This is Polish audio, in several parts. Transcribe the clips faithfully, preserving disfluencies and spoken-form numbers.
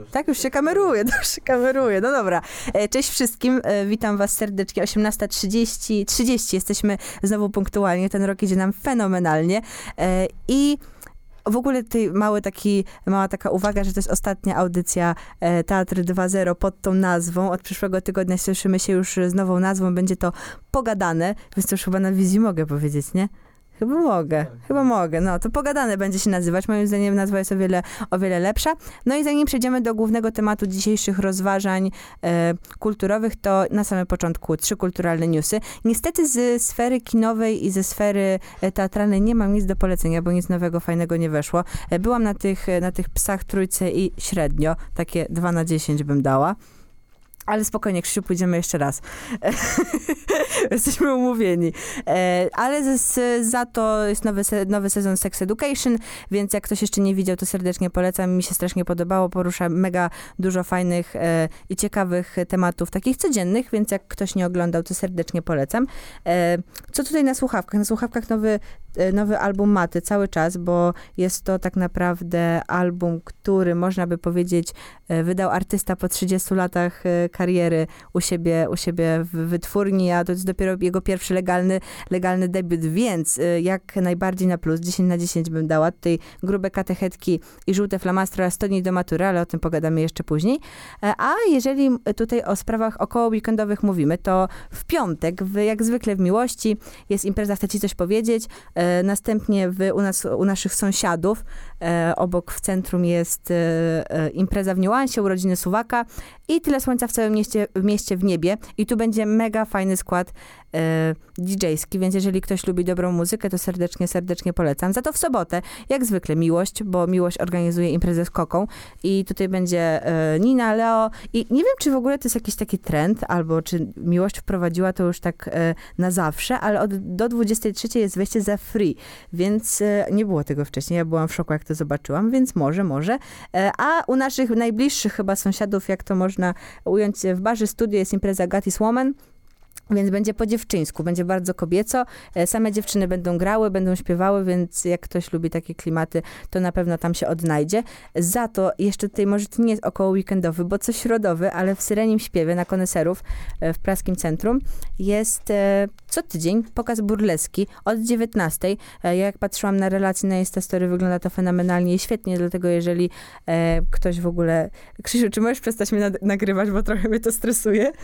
Tak, już się kameruje, to już się kameruje. No dobra. Cześć wszystkim, witam was serdecznie. osiemnasta trzydzieści, trzydzieści jesteśmy znowu punktualnie. Ten rok idzie nam fenomenalnie. I w ogóle tutaj mały taki, mała taka uwaga, że to jest ostatnia audycja e, Teatr dwa zero pod tą nazwą. Od przyszłego tygodnia słyszymy się już z nową nazwą, będzie to Pogadane, więc to już chyba na wizji mogę powiedzieć, nie? Chyba mogę, tak. chyba mogę. No, to Pogadane będzie się nazywać. Moim zdaniem nazwa jest o wiele, o wiele lepsza. No i zanim przejdziemy do głównego tematu dzisiejszych rozważań e, kulturowych, to na samym początku trzy kulturalne newsy. Niestety z sfery kinowej i ze sfery teatralnej nie mam nic do polecenia, bo nic nowego, fajnego nie weszło. E, byłam na tych, na tych Psach Trójce i średnio, takie dwa na dziesięć bym dała. Ale spokojnie, Krzysiu, pójdziemy jeszcze raz. Jesteśmy umówieni. E, ale z, za to jest nowy, se, nowy sezon Sex Education, więc jak ktoś jeszcze nie widział, to serdecznie polecam. Mi się strasznie podobało. Porusza mega dużo fajnych e, i ciekawych tematów, takich codziennych, więc jak ktoś nie oglądał, to serdecznie polecam. E, co tutaj na słuchawkach? Na słuchawkach nowy, e, nowy album Maty cały czas, bo jest to tak naprawdę album, który można by powiedzieć e, wydał artysta po trzydziestu latach e, kariery u siebie, u siebie w wytwórni, a to jest dopiero jego pierwszy legalny, legalny debiut, więc y, jak najbardziej na plus, dziesięć na dziesięć bym dała. Tutaj grube katechetki i żółte flamastry, a sto dni do matury, ale o tym pogadamy jeszcze później. E, a jeżeli tutaj o sprawach około weekendowych mówimy, to w piątek, w, jak zwykle w Miłości, jest impreza Chcę ci coś powiedzieć. E, następnie w, u, nas, u naszych sąsiadów, e, obok w centrum jest e, e, impreza w Niuansie, urodziny Suwaka i Tyle Słońca w całym mieście, w mieście w niebie. I tu będzie mega fajny skład e, didżejski, więc jeżeli ktoś lubi dobrą muzykę, to serdecznie, serdecznie polecam. Za to w sobotę, jak zwykle, Miłość, bo Miłość organizuje imprezę z Koką i tutaj będzie e, Nina, Leo i nie wiem, czy w ogóle to jest jakiś taki trend, albo czy Miłość wprowadziła to już tak e, na zawsze, ale od, do dwudziestej trzeciej jest wejście za free, więc e, nie było tego wcześniej. Ja byłam w szoku, jak to zobaczyłam, więc może, może. E, a u naszych najbliższych chyba sąsiadów, jak to można ująć, w barze studio jest impreza God is Woman, więc będzie po dziewczyńsku, będzie bardzo kobieco. Same dziewczyny będą grały, będą śpiewały, więc jak ktoś lubi takie klimaty, to na pewno tam się odnajdzie. Za to jeszcze tutaj może to nie jest około weekendowy, bo co środowy, ale w Syrenim Śpiewie na Koneserów w Praskim Centrum jest e, co tydzień pokaz burleski od dziewiętnastej. Ja jak patrzyłam na relacje na Instastory, wygląda to fenomenalnie i świetnie, dlatego jeżeli e, ktoś w ogóle... Krzysiu, czy możesz przestać mnie nad- nagrywać, bo trochę mnie to stresuje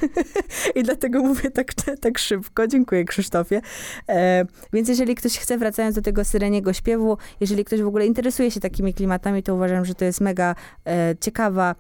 i dlatego mówię tak tak szybko. Dziękuję, Krzysztofie. E, więc jeżeli ktoś chce, wracając do tego Syreniego Śpiewu, jeżeli ktoś w ogóle interesuje się takimi klimatami, to uważam, że to jest mega e, ciekawa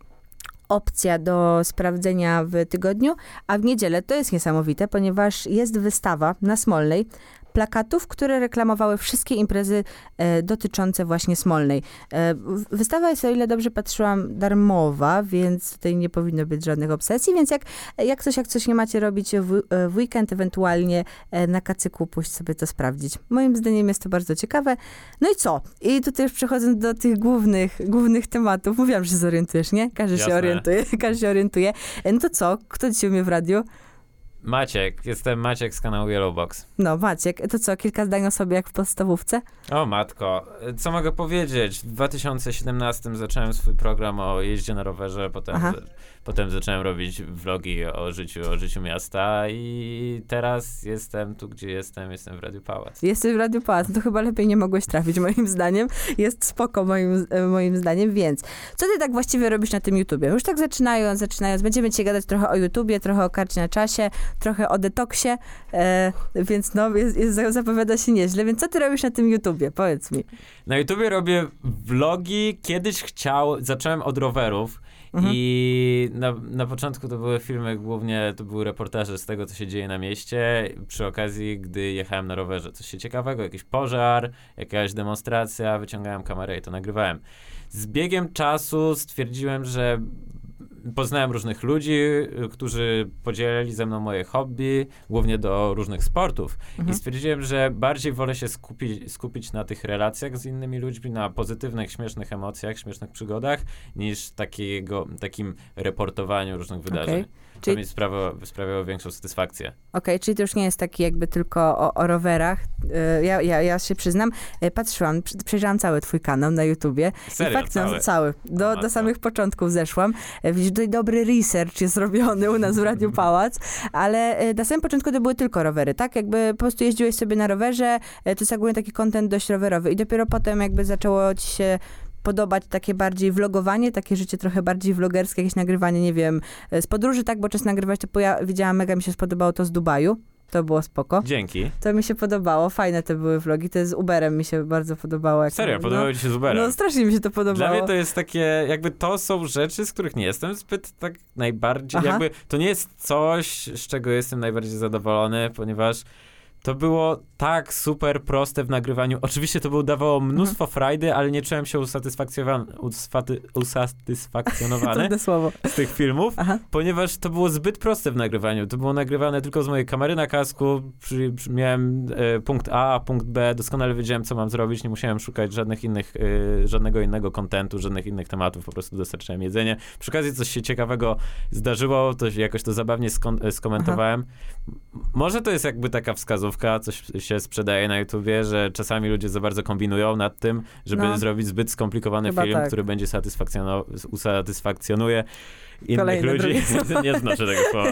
opcja do sprawdzenia w tygodniu, a w niedzielę to jest niesamowite, ponieważ jest wystawa na Smolnej plakatów, które reklamowały wszystkie imprezy e, dotyczące właśnie Smolnej. E, wystawa jest, o ile dobrze patrzyłam, darmowa, więc tutaj nie powinno być żadnych obsesji, więc jak, jak coś, jak coś nie macie robić w, w weekend, ewentualnie e, na kacyku, pójść sobie to sprawdzić. Moim zdaniem jest to bardzo ciekawe. No i co? I tutaj już przechodząc do tych głównych, głównych tematów, mówiłam, że się zorientujesz, nie? Każdy Jasne. się orientuje, każdy się orientuje. E, no to co? Kto dzisiaj u mnie w radiu? Maciek, jestem Maciek z kanału Yellowbox. No, Maciek, to co, kilka zdań o sobie jak w podstawówce? O matko, co mogę powiedzieć? W dwa tysiące siedemnastym zacząłem swój program o jeździe na rowerze, potem, potem zacząłem robić vlogi o życiu, o życiu miasta i teraz jestem tu, gdzie jestem, jestem w Radiu Pałac. Jesteś w Radiu Pałac, no to chyba lepiej nie mogłeś trafić, moim zdaniem. Jest spoko, moim, moim zdaniem, więc co ty tak właściwie robisz na tym YouTubie? Już tak zaczynając, zaczynając, będziemy dzisiaj gadać trochę o YouTubie, trochę o karcie na czasie, trochę o detoksie, e, więc no, jest, jest, zapowiada się nieźle. Więc co ty robisz na tym YouTubie? Powiedz mi. Na YouTubie robię vlogi. Kiedyś chciał, zacząłem od rowerów mhm. i na, na początku to były filmy, głównie to były reportaże z tego, co się dzieje na mieście. Przy okazji, gdy jechałem na rowerze, coś się ciekawego, jakiś pożar, jakaś demonstracja, wyciągałem kamerę i to nagrywałem. Z biegiem czasu stwierdziłem, że poznałem różnych ludzi, którzy podzielili ze mną moje hobby, głównie do różnych sportów. Mhm. I stwierdziłem, że bardziej wolę się skupić, skupić na tych relacjach z innymi ludźmi, na pozytywnych, śmiesznych emocjach, śmiesznych przygodach, niż takiego, takim reportowaniu różnych wydarzeń. Okay. To czyli... mi sprawiało, sprawiało większą satysfakcję. Okej, okay, czyli to już nie jest taki jakby tylko o, o rowerach. Ja, ja, ja się przyznam, patrzyłam, przejrzałam cały twój kanał na YouTubie. Serio? I fakt, cały? No, cały. Do, do samych początków zeszłam. Widzisz, tutaj dobry research jest robiony u nas w Radiu Pałac, ale na samym początku to były tylko rowery, tak? Jakby po prostu jeździłeś sobie na rowerze, to jest ogólnie taki content dość rowerowy i dopiero potem jakby zaczęło ci się podobać takie bardziej vlogowanie, takie życie trochę bardziej vlogerskie, jakieś nagrywanie, nie wiem, z podróży, tak? Bo czas nagrywać, to ja widziałam, mega mi się spodobało to z Dubaju. To było spoko. Dzięki. To mi się podobało. Fajne te były vlogi. To z Uberem mi się bardzo podobało. Jak Serio? no, podobało ci się z Uberem? No strasznie mi się to podobało. Dla mnie to jest takie, jakby to są rzeczy, z których nie jestem zbyt tak najbardziej, Aha. jakby to nie jest coś, z czego jestem najbardziej zadowolony, ponieważ to było tak super proste w nagrywaniu. Oczywiście to było, dawało mnóstwo mhm. frajdy, ale nie czułem się usatysfakcjonowany, usatysfakcjonowany z tych filmów, Aha. ponieważ to było zbyt proste w nagrywaniu. To było nagrywane tylko z mojej kamery na kasku. Przy, przy, miałem e, punkt A, punkt B. Doskonale wiedziałem, co mam zrobić. Nie musiałem szukać żadnych innych, e, żadnego innego kontentu, żadnych innych tematów. Po prostu dostarczałem jedzenie. Przy okazji coś się ciekawego zdarzyło, to jakoś to zabawnie skon- skomentowałem. Aha. Może to jest jakby taka wskazówka, coś się sprzedaje na YouTubie, że czasami ludzie za bardzo kombinują nad tym, żeby no. zrobić zbyt skomplikowany Chyba film, tak. który będzie satysfakcjonował, usatysfakcjonuje innych Kolejne ludzi. Nie znaczy tego słowa.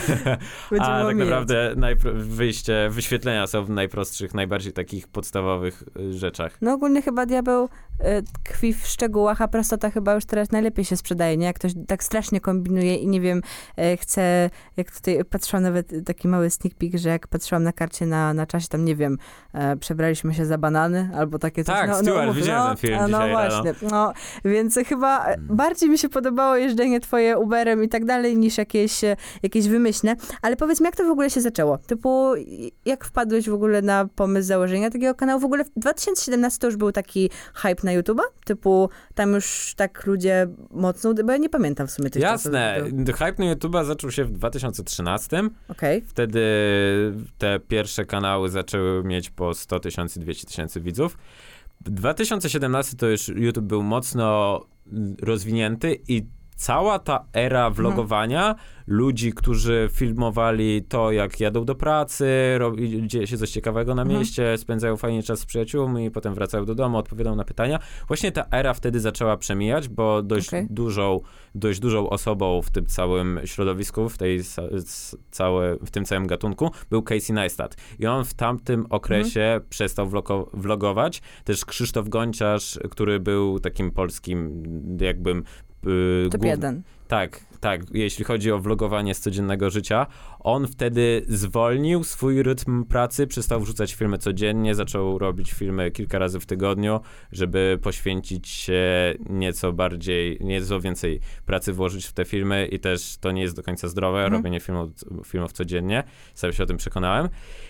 A tak naprawdę najpro- wyjście, wyświetlenia są w najprostszych, najbardziej takich podstawowych y, rzeczach. No ogólnie chyba diabeł y, tkwi w szczegółach, a prostota chyba już teraz najlepiej się sprzedaje, nie? Jak ktoś tak strasznie kombinuje i nie wiem, y, chce, jak tutaj patrzyłam nawet taki mały sneak peek, że jak patrzyłam na karcie na, na czasie, tam nie wiem, y, przebraliśmy się za banany, albo takie coś. Tak, no, Stuart, no, widziałem no, ten film no, dzisiaj. No właśnie, no. no, więc chyba hmm. bardziej mi się podobało jeżdżenie twoje Uberem i tak dalej, niż jakieś, jakieś wymyślne. Ale powiedz mi, jak to w ogóle się zaczęło? Typu, jak wpadłeś w ogóle na pomysł założenia takiego kanału? W ogóle w dwa tysiące siedemnastym to już był taki hype na YouTube'a? Typu, tam już tak ludzie mocno, bo ja nie pamiętam w sumie tych Jasne. czasów. Hype na YouTube'a zaczął się w dwa tysiące trzynastym. Okay. Wtedy te pierwsze kanały zaczęły mieć po sto tysięcy, dwieście tysięcy widzów. W dwa tysiące siedemnastym to już YouTube był mocno rozwinięty i cała ta era vlogowania, mhm. ludzi, którzy filmowali to, jak jadą do pracy, robi, dzieje się coś ciekawego na mhm. mieście, spędzają fajnie czas z przyjaciółmi i potem wracają do domu, odpowiadają na pytania. Właśnie ta era wtedy zaczęła przemijać, bo dość, okay. dużą, dość dużą osobą w tym całym środowisku, w, tej, całe, w tym całym gatunku był Casey Neistat. I on w tamtym okresie mhm. przestał vloko, vlogować. Też Krzysztof Gonciarz, który był takim polskim jakbym Top głów... jeden. Tak, tak. Jeśli chodzi o vlogowanie z codziennego życia, on wtedy zwolnił swój rytm pracy, przestał wrzucać filmy codziennie, zaczął robić filmy kilka razy w tygodniu, żeby poświęcić się nieco bardziej, nieco więcej pracy włożyć w te filmy i też to nie jest do końca zdrowe, mhm. robienie filmów, filmów codziennie. Sam się o tym przekonałem.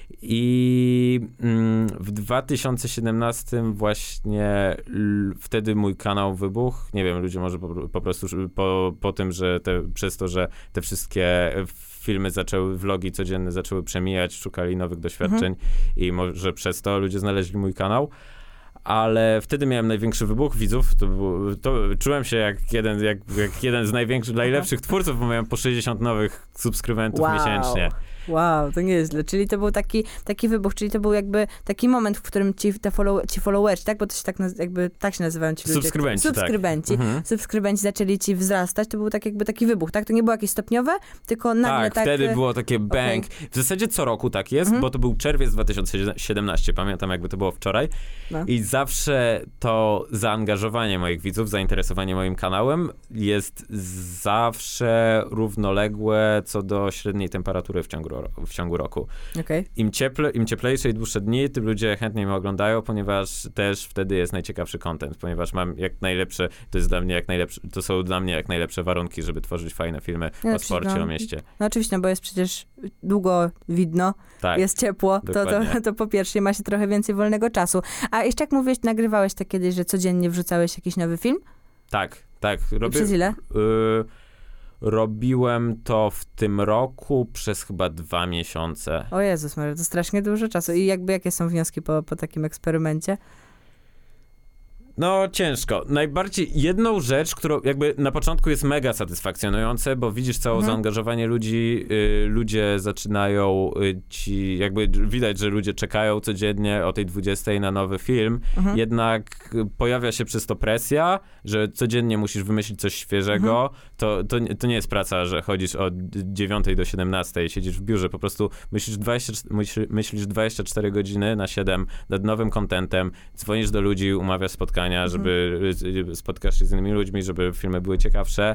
I mm, w dwa tysiące siedemnastym właśnie l, wtedy mój kanał wybuchł. Nie wiem, ludzie może po, po prostu po, po tym, że te, przez to, że te wszystkie filmy zaczęły, vlogi codzienne zaczęły przemijać, szukali nowych doświadczeń mhm. i może przez to ludzie znaleźli mój kanał. Ale wtedy miałem największy wybuch widzów. To, było, to czułem się jak jeden, jak, jak jeden z największych, najlepszych twórców, bo miałem po sześćdziesiąt nowych subskrybentów wow. miesięcznie. Wow, to nieźle. Czyli to był taki, taki wybuch, czyli to był jakby taki moment, w którym ci, te follow, ci followersi, tak? Bo to się tak, naz- jakby, tak się nazywają ci ludzie. Subskrybenci, Subskrybenci. tak. Mhm. Subskrybenci zaczęli ci wzrastać. To był tak jakby taki wybuch, tak? To nie było jakieś stopniowe, tylko nagle tak. tak... wtedy było takie bang. Okay. W zasadzie co roku tak jest, mhm. bo to był czerwiec dwa tysiące siedemnasty. Pamiętam, jakby to było wczoraj. No. I zawsze to zaangażowanie moich widzów, zainteresowanie moim kanałem jest zawsze równoległe co do średniej temperatury w ciągu, w ciągu roku. Okay. Im, cieple, Im cieplejsze i dłuższe dni, tym ludzie chętniej mnie oglądają, ponieważ też wtedy jest najciekawszy content, ponieważ mam jak najlepsze, to jest dla mnie jak najlepsze, to są dla mnie jak najlepsze warunki, żeby tworzyć fajne filmy no, o sporcie, no, o mieście. No oczywiście, no bo jest przecież długo widno, tak, jest ciepło, to, to, to po pierwsze ma się trochę więcej wolnego czasu. A jeszcze jak mówiłeś, nagrywałeś to kiedyś, że codziennie wrzucałeś jakiś nowy film? Tak, tak. Robię, Przez ile? Y- robiłem to w tym roku przez chyba dwa miesiące. O Jezus Maria, to strasznie dużo czasu. I jakby jakie są wnioski po, po takim eksperymencie? No, ciężko. Najbardziej jedną rzecz, którą jakby na początku jest mega satysfakcjonujące, bo widzisz całe mhm. zaangażowanie ludzi, y, ludzie zaczynają y, ci, jakby widać, że ludzie czekają codziennie o tej dwudziestej na nowy film, mhm. jednak pojawia się przez to presja, że codziennie musisz wymyślić coś świeżego. Mhm. To, to, to nie jest praca, że chodzisz od dziewiątej do siedemnastej, siedzisz w biurze, po prostu myślisz, dwadzieścia, myślisz dwadzieścia cztery godziny na siedem nad nowym contentem, dzwonisz do ludzi, umawiasz spotkania, żeby mhm. spotkasz się z innymi ludźmi, żeby filmy były ciekawsze.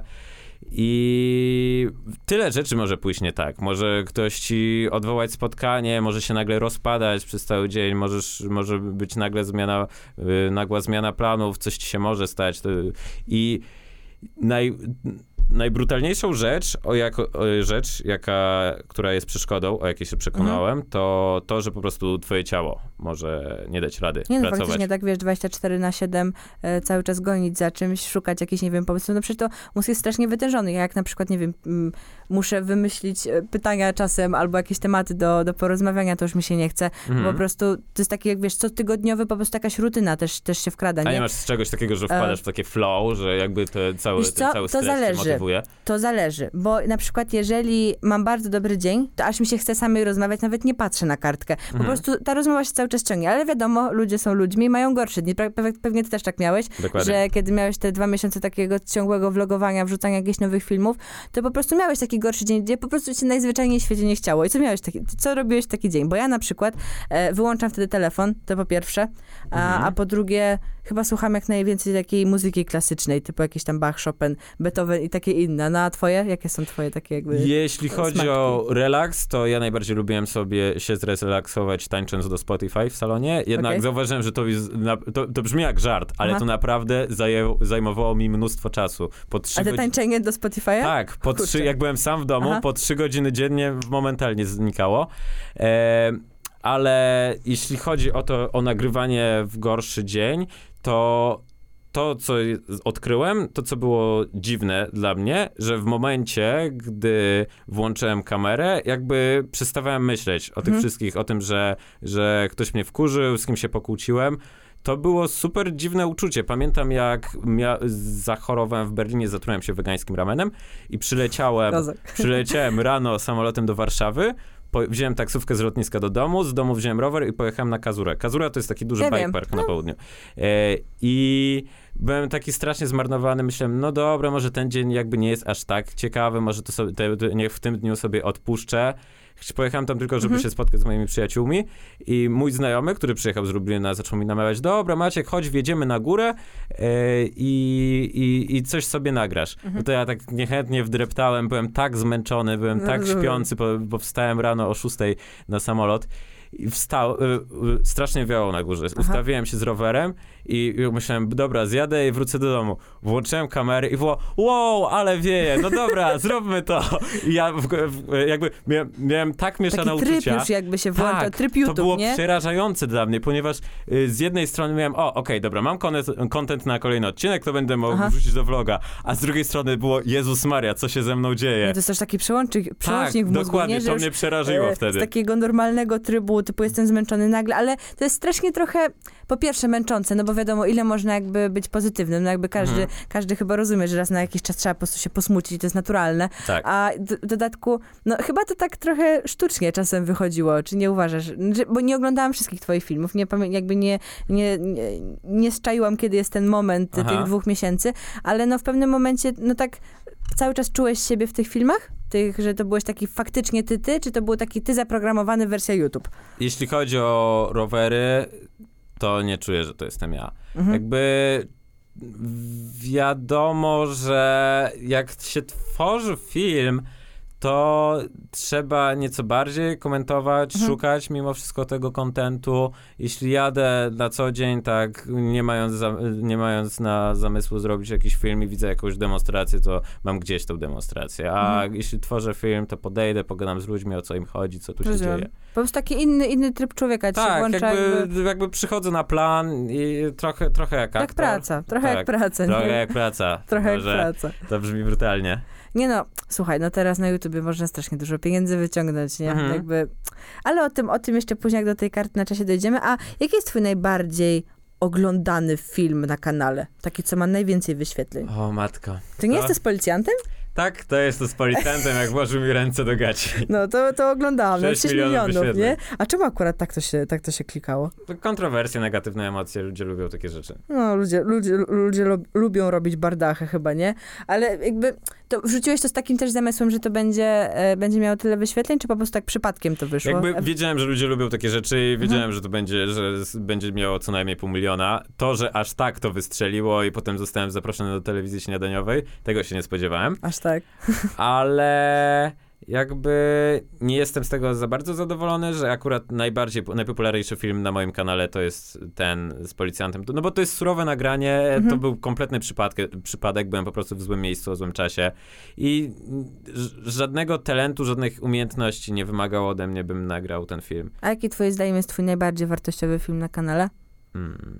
I tyle rzeczy może pójść nie tak. Może ktoś ci odwołać spotkanie, może się nagle rozpadać przez cały dzień, możesz, może być nagle zmiana, nagła zmiana planów, coś ci się może stać. I naj... Najbrutalniejszą rzecz, o jako, o rzecz, jaka, która jest przeszkodą, o jakiej się przekonałem, mhm. to to, że po prostu twoje ciało może nie dać rady nie, no, pracować. Faktycznie tak, wiesz, dwadzieścia cztery na siedem e, cały czas gonić za czymś, szukać jakichś, nie wiem, pomysłów. No przecież to mózg jest strasznie wytężony. Ja jak na przykład, nie wiem, m, muszę wymyślić e, pytania czasem albo jakieś tematy do, do porozmawiania, to już mi się nie chce. Mhm. Po prostu to jest takie, jak wiesz, cotygodniowy po prostu jakaś rutyna też, też się wkrada. Nie? A nie masz czegoś takiego, że wpadasz e... w takie flow, że jakby to cały, ten cały stres zależy. Cię motywuje? To zależy, bo na przykład jeżeli mam bardzo dobry dzień, to aż mi się chce samej rozmawiać, nawet nie patrzę na kartkę. Po mhm. prostu ta rozmowa się cały czas ciągnie, ale wiadomo, ludzie są ludźmi, mają gorsze dni. Pewnie ty też tak miałeś, Dokładnie. Że kiedy miałeś te dwa miesiące takiego ciągłego vlogowania, wrzucania jakichś nowych filmów, to po prostu miałeś taki gorszy dzień, gdzie po prostu się najzwyczajniej w świecie nie chciało. I co miałeś taki, co robiłeś w taki dzień? Bo ja na przykład e, wyłączam wtedy telefon, to po pierwsze, a, mhm. a po drugie chyba słucham jak najwięcej takiej muzyki klasycznej, typu jakieś tam Bach, Chopin, Beethoven i takie inne. No a twoje? Jakie są twoje takie jakby Jeśli chodzi smaczki? O relaks, to ja najbardziej lubiłem sobie się zrelaksować tańcząc do Spotify w salonie. Jednak okay. zauważyłem, że to, jest, to, to brzmi jak żart, ale Aha. to naprawdę zaję, zajmowało mi mnóstwo czasu. Po trzy A te godzi... tańczenie do Spotify'a? Tak, po trzy, jak byłem sam w domu, Aha. po trzy godziny dziennie momentalnie znikało. E, ale jeśli chodzi o to, o nagrywanie w gorszy dzień, to to, co odkryłem, to, co było dziwne dla mnie, że w momencie, gdy włączyłem kamerę, jakby przestawałem myśleć o tych hmm. wszystkich, o tym, że, że ktoś mnie wkurzył, z kim się pokłóciłem. To było super dziwne uczucie. Pamiętam, jak mia- zachorowałem w Berlinie, zatrułem się wegańskim ramenem i przyleciałem, przyleciałem rano samolotem do Warszawy. Po, wziąłem taksówkę z lotniska do domu, z domu wziąłem rower i pojechałem na Kazurę. Kazura to jest taki duży ja bike park no. na południu. E, I byłem taki strasznie zmarnowany, myślałem, no dobra, może ten dzień jakby nie jest aż tak ciekawy, może to sobie, te, te, niech w tym dniu sobie odpuszczę. Pojechałem tam tylko, żeby mhm. się spotkać z moimi przyjaciółmi i mój znajomy, który przyjechał z Lublina, zaczął mi namawiać, dobra Maciek, chodź, wjedziemy na górę e, i, i, i coś sobie nagrasz. Mhm. No to ja tak niechętnie wdreptałem, byłem tak zmęczony, byłem no, tak rozumiem. śpiący, bo, bo wstałem rano o szóstej na samolot. I wstał, y, y, strasznie wiało na górze. Aha. Ustawiłem się z rowerem i, i myślałem, dobra, zjadę i wrócę do domu. Włączyłem kamerę i było, wow, ale wieje, no dobra, zróbmy to. I ja w, w, jakby miałem, miałem tak mieszane Taki uczucia. tryb już jakby się włącza, tak, tryb YouTube, to było nie? przerażające dla mnie, ponieważ y, z jednej strony miałem, o, okej, okay, dobra, mam content na kolejny odcinek, to będę mógł Aha. wrzucić do vloga, a z drugiej strony było, Jezus Maria, co się ze mną dzieje? No to jest też taki przełącznik, przełącznik tak, w mózgu, dokładnie, nie? to mnie przeraziło e, wtedy. Z takiego normalnego trybu, typu jestem zmęczony nagle, ale to jest strasznie trochę, po pierwsze męczące, no bo wiadomo, ile można jakby być pozytywnym, no jakby każdy, mhm. każdy chyba rozumie, że raz na jakiś czas trzeba po prostu się posmucić, to jest naturalne, tak. a w dodatku, no chyba to tak trochę sztucznie czasem wychodziło, czy nie uważasz, że, bo nie oglądałam wszystkich twoich filmów, nie pamię- jakby nie, nie, nie, nie szczaiłam, kiedy jest ten moment Aha. tych dwóch miesięcy, ale no w pewnym momencie, no tak cały czas czułeś siebie w tych filmach? Tych, że to byłeś taki faktycznie ty, ty, czy to był taki ty zaprogramowany wersja YouTube? Jeśli chodzi o rowery, to nie czuję, że to jestem ja. Mhm. Jakby wiadomo, że jak się tworzy film, to trzeba nieco bardziej komentować, Mhm. szukać mimo wszystko tego kontentu. Jeśli jadę na co dzień, tak, nie mając, za, nie mając na zamysłu zrobić jakiś film i widzę jakąś demonstrację, to mam gdzieś tą demonstrację. A Mhm. jeśli tworzę film, to podejdę, pogadam z ludźmi, o co im chodzi, co tu się Rozumiem. dzieje. Po prostu taki inny, inny tryb człowieka ci się Tak, włącza jakby, jakby... jakby przychodzę na plan i trochę, trochę jak Jak aktor. praca, trochę Tak, jak praca. Trochę nie? jak praca. Trochę jak Może praca. To brzmi brutalnie. Nie no, słuchaj, no teraz na YouTubie można strasznie dużo pieniędzy wyciągnąć, nie? Mhm. Jakby, ale o tym, o tym jeszcze później, jak do tej karty na czasie dojdziemy. A jaki jest twój najbardziej oglądany film na kanale? Taki, co ma najwięcej wyświetleń. O matko. Ty nie To- jesteś policjantem? Tak, to jest to z policjantem, jak włożył mi ręce do gaci. No to, to oglądałam, no sześć sześć milionów milionów, wyświetleń. nie? A czemu akurat tak to się, tak to się klikało? Kontrowersje, negatywne emocje, ludzie lubią takie rzeczy. No, ludzie, ludzie, ludzie lub- lubią robić bardachę chyba, nie? Ale jakby, to wrzuciłeś to z takim też zamysłem, że to będzie, e, będzie miało tyle wyświetleń, czy po prostu tak przypadkiem to wyszło? Jakby E, wiedziałem, że ludzie lubią takie rzeczy i wiedziałem, Mhm. że to będzie, że s- będzie miało co najmniej pół miliona. To, że aż tak to wystrzeliło i potem zostałem zaproszony do telewizji śniadaniowej, tego się nie spodziewałem. Aż tak. Ale jakby nie jestem z tego za bardzo zadowolony, że akurat najbardziej, najpopularniejszy film na moim kanale to jest ten z policjantem. No bo to jest surowe nagranie, Mhm. to był kompletny przypadek, przypadek, byłem po prostu w złym miejscu, o złym czasie i ż- żadnego talentu, żadnych umiejętności nie wymagało ode mnie, bym nagrał ten film. A jaki twoim zdaniem jest twój najbardziej wartościowy film na kanale? Hmm.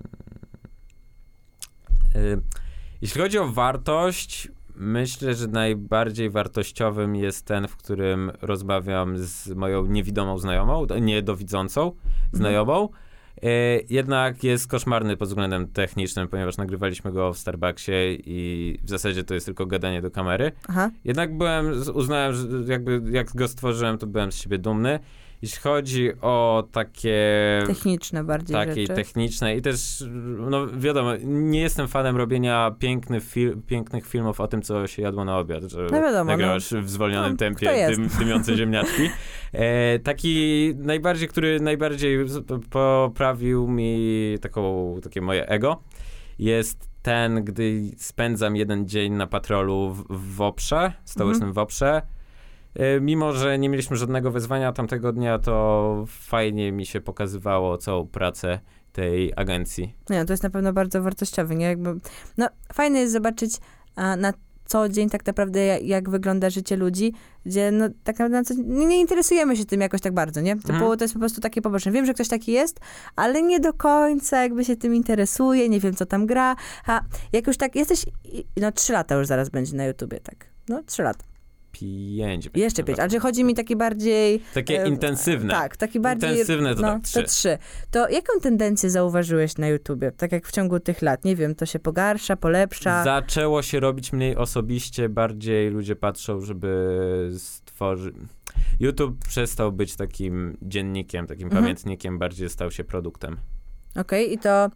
Y, Jeśli chodzi o wartość, myślę, że najbardziej wartościowym jest ten, w którym rozmawiam z moją niewidomą znajomą, niedowidzącą znajomą. Y, Jednak jest koszmarny pod względem technicznym, ponieważ nagrywaliśmy go w Starbucksie i w zasadzie to jest tylko gadanie do kamery. Aha. Jednak byłem, uznałem, że jakby jak go stworzyłem, to byłem z siebie dumny. Jeśli chodzi o takie... Techniczne bardziej takiej rzeczy. technicznej i też, no wiadomo, nie jestem fanem robienia pięknych, fil- pięknych filmów o tym, co się jadło na obiad, że No wiadomo, nagrasz w zwolnionym No, tempie kto jest? dym, dymiące ziemniaczki. E, taki najbardziej, który najbardziej z- poprawił mi taką, takie moje ego, jest ten, gdy spędzam jeden dzień na patrolu w, w Woprze, stołecznym Mhm. Woprze. E, Mimo, że nie mieliśmy żadnego wezwania tamtego dnia, to fajnie mi się pokazywało całą pracę tej agencji. Nie, to jest na pewno bardzo wartościowy, nie? Jakby, no, fajne jest zobaczyć a, na co dzień tak naprawdę, jak, jak wygląda życie ludzi, gdzie no tak naprawdę na co, nie, nie interesujemy się tym jakoś tak bardzo, nie? To, Mhm. to jest po prostu takie poboczne. Wiem, że ktoś taki jest, ale nie do końca jakby się tym interesuje, nie wiem, co tam gra. A jak już tak jesteś, i- no trzy lata już zaraz będzie na YouTubie, tak? No, trzy lata. Pięć. Jeszcze pięć. Ale czy chodzi mi taki bardziej... Takie e, intensywne. Tak, taki bardziej... Intensywne to no, tak trzy. To trzy. To jaką tendencję zauważyłeś na YouTubie? Tak jak w ciągu tych lat? Nie wiem, to się pogarsza, polepsza? Zaczęło się robić mniej osobiście, bardziej ludzie patrzą, żeby stworzyć... YouTube przestał być takim dziennikiem, takim Mhm. pamiętnikiem, bardziej stał się produktem. Okej, i to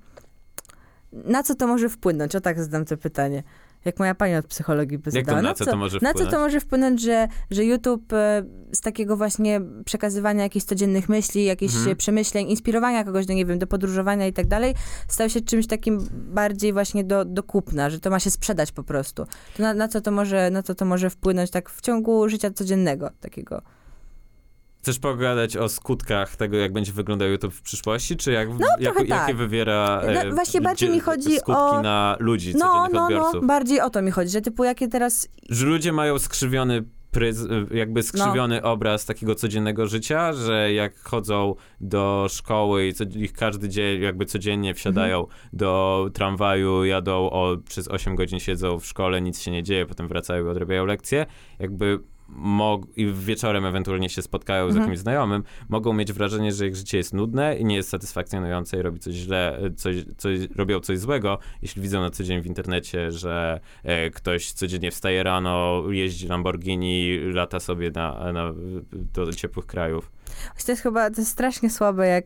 na co to może wpłynąć? O tak zadam to pytanie. Jak moja pani od psychologii by Jak to zadała. na co to może Na co wpłynąć? to może wpłynąć, że, że YouTube e, z takiego właśnie przekazywania jakichś codziennych myśli, jakichś Mhm. przemyśleń, inspirowania kogoś do, nie wiem, do podróżowania i tak dalej, stał się czymś takim bardziej właśnie do, do kupna, że to ma się sprzedać po prostu. To na, na co to może, na co to może wpłynąć tak w ciągu życia codziennego takiego? Chcesz pogadać o skutkach tego, jak będzie wyglądał YouTube w przyszłości, czy jak, No, jak, trochę jakie tak. wywiera No, e, właśnie bardziej dzie- mi chodzi skutki o- na ludzi, No, codziennych no, no, odbiorców? bardziej o to mi chodzi, że typu jakie teraz... Że ludzie mają skrzywiony pryz, jakby skrzywiony No. obraz takiego codziennego życia, że jak chodzą do szkoły i co, ich każdy dzień jakby codziennie wsiadają Mhm. do tramwaju, jadą o, przez osiem godzin siedzą w szkole, nic się nie dzieje, potem wracają i odrabiają lekcje, jakby mog- i wieczorem ewentualnie się spotkają z Mhm. jakimś znajomym, mogą mieć wrażenie, że ich życie jest nudne i nie jest satysfakcjonujące i robi coś źle, coś, coś, robią coś złego, jeśli widzą na co dzień w internecie, że e, ktoś codziennie wstaje rano, jeździ Lamborghini, lata sobie na, na, do ciepłych krajów. To jest chyba, to jest strasznie słabe, jak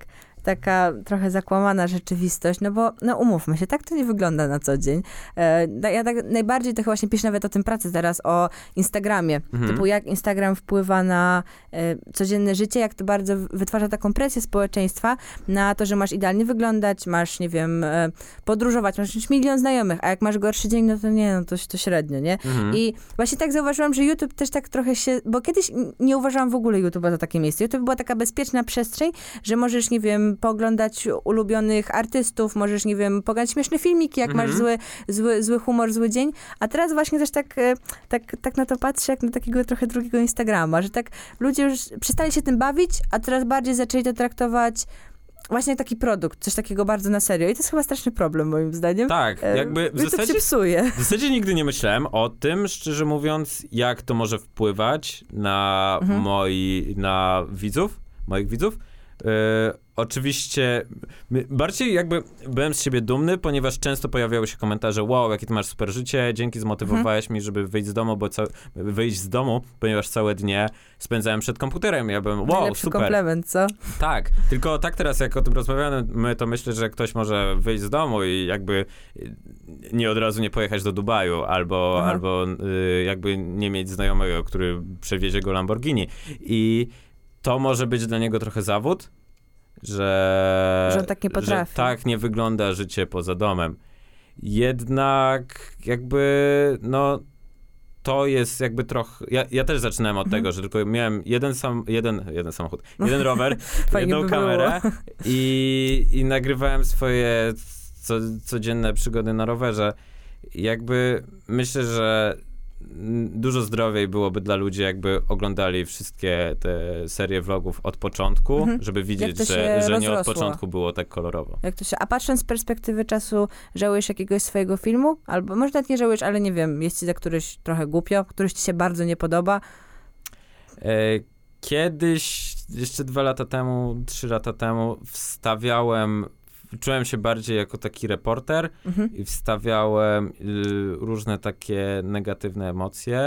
taka trochę zakłamana rzeczywistość, no bo, no umówmy się, tak to nie wygląda na co dzień. E, ja tak najbardziej to właśnie piszę nawet o tym pracy teraz, o Instagramie. Mhm. Typu jak Instagram wpływa na e, codzienne życie, jak to bardzo wytwarza taką presję społeczeństwa na to, że masz idealnie wyglądać, masz, nie wiem, e, podróżować, masz mieć milion znajomych, a jak masz gorszy dzień, no to nie, no to, to średnio, nie? Mhm. I właśnie tak zauważyłam, że YouTube też tak trochę się, bo kiedyś nie uważałam w ogóle YouTube'a za takie miejsce. YouTube była taka bezpieczna przestrzeń, że możesz, nie wiem, pooglądać ulubionych artystów, możesz, nie wiem, poglądać śmieszne filmiki, jak mhm. masz zły, zły, zły humor, zły dzień, a teraz właśnie też tak, tak, tak na to patrzę, jak na takiego trochę drugiego Instagrama, że tak ludzie już przestali się tym bawić, a coraz bardziej zaczęli to traktować właśnie jak taki produkt, coś takiego bardzo na serio. I to jest chyba straszny problem, moim zdaniem. Tak, jakby w zasadzie, się psuje. W zasadzie nigdy nie myślałem o tym, szczerze mówiąc, jak to może wpływać na mhm. moi, na widzów, moich widzów. Yy, oczywiście bardziej jakby byłem z siebie dumny, ponieważ często pojawiały się komentarze: wow, jakie ty masz super życie, dzięki, zmotywowałeś mhm. mnie, żeby wyjść z domu, bo ca- wyjść z domu, ponieważ całe dnie spędzałem przed komputerem. Ja byłem, wow, najlepszy super. komplement, co? Tak, tylko tak teraz jak o tym rozmawiamy, to myślę, że ktoś może wyjść z domu i jakby nie od razu nie pojechać do Dubaju, albo, albo y, jakby nie mieć znajomego, który przewiezie go Lamborghini. I to może być dla niego trochę zawód, że, że on tak nie potrafi. Że tak nie wygląda życie poza domem. Jednak jakby, no, to jest jakby trochę... Ja, ja też zaczynałem od mhm. tego, że tylko miałem jeden sam, jeden, jeden samochód, jeden rower, jedną by kamerę i, i nagrywałem swoje co, codzienne przygody na rowerze. Jakby myślę, że dużo zdrowiej byłoby dla ludzi, jakby oglądali wszystkie te serie vlogów od początku, mhm. żeby widzieć, że, że nie od początku było tak kolorowo. Jak to się, a patrząc z perspektywy czasu, żałujesz jakiegoś swojego filmu? Albo może nawet nie żałujesz, ale nie wiem, jest ci za któryś trochę głupio, któryś ci się bardzo nie podoba? E, kiedyś, jeszcze dwa lata temu, trzy lata temu wstawiałem Czułem się bardziej jako taki reporter mhm. i wstawiałem y, różne takie negatywne emocje.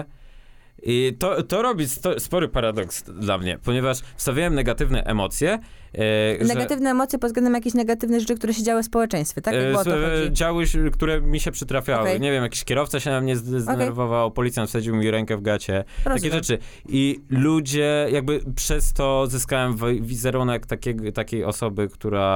I to, to robi sto, spory paradoks dla mnie, ponieważ wstawiałem negatywne emocje. E, negatywne że, emocje pod względem jakichś negatywnych rzeczy, które się działy w społeczeństwie, tak? Jak było o to chodzi? Działy, które mi się przytrafiały. Okay. Nie wiem, jakiś kierowca się na mnie zdenerwował, okay. policjant wsadził mi rękę w gacie. Rozumiem. Takie rzeczy. I ludzie, jakby przez to zyskałem wizerunek takiego, takiej osoby,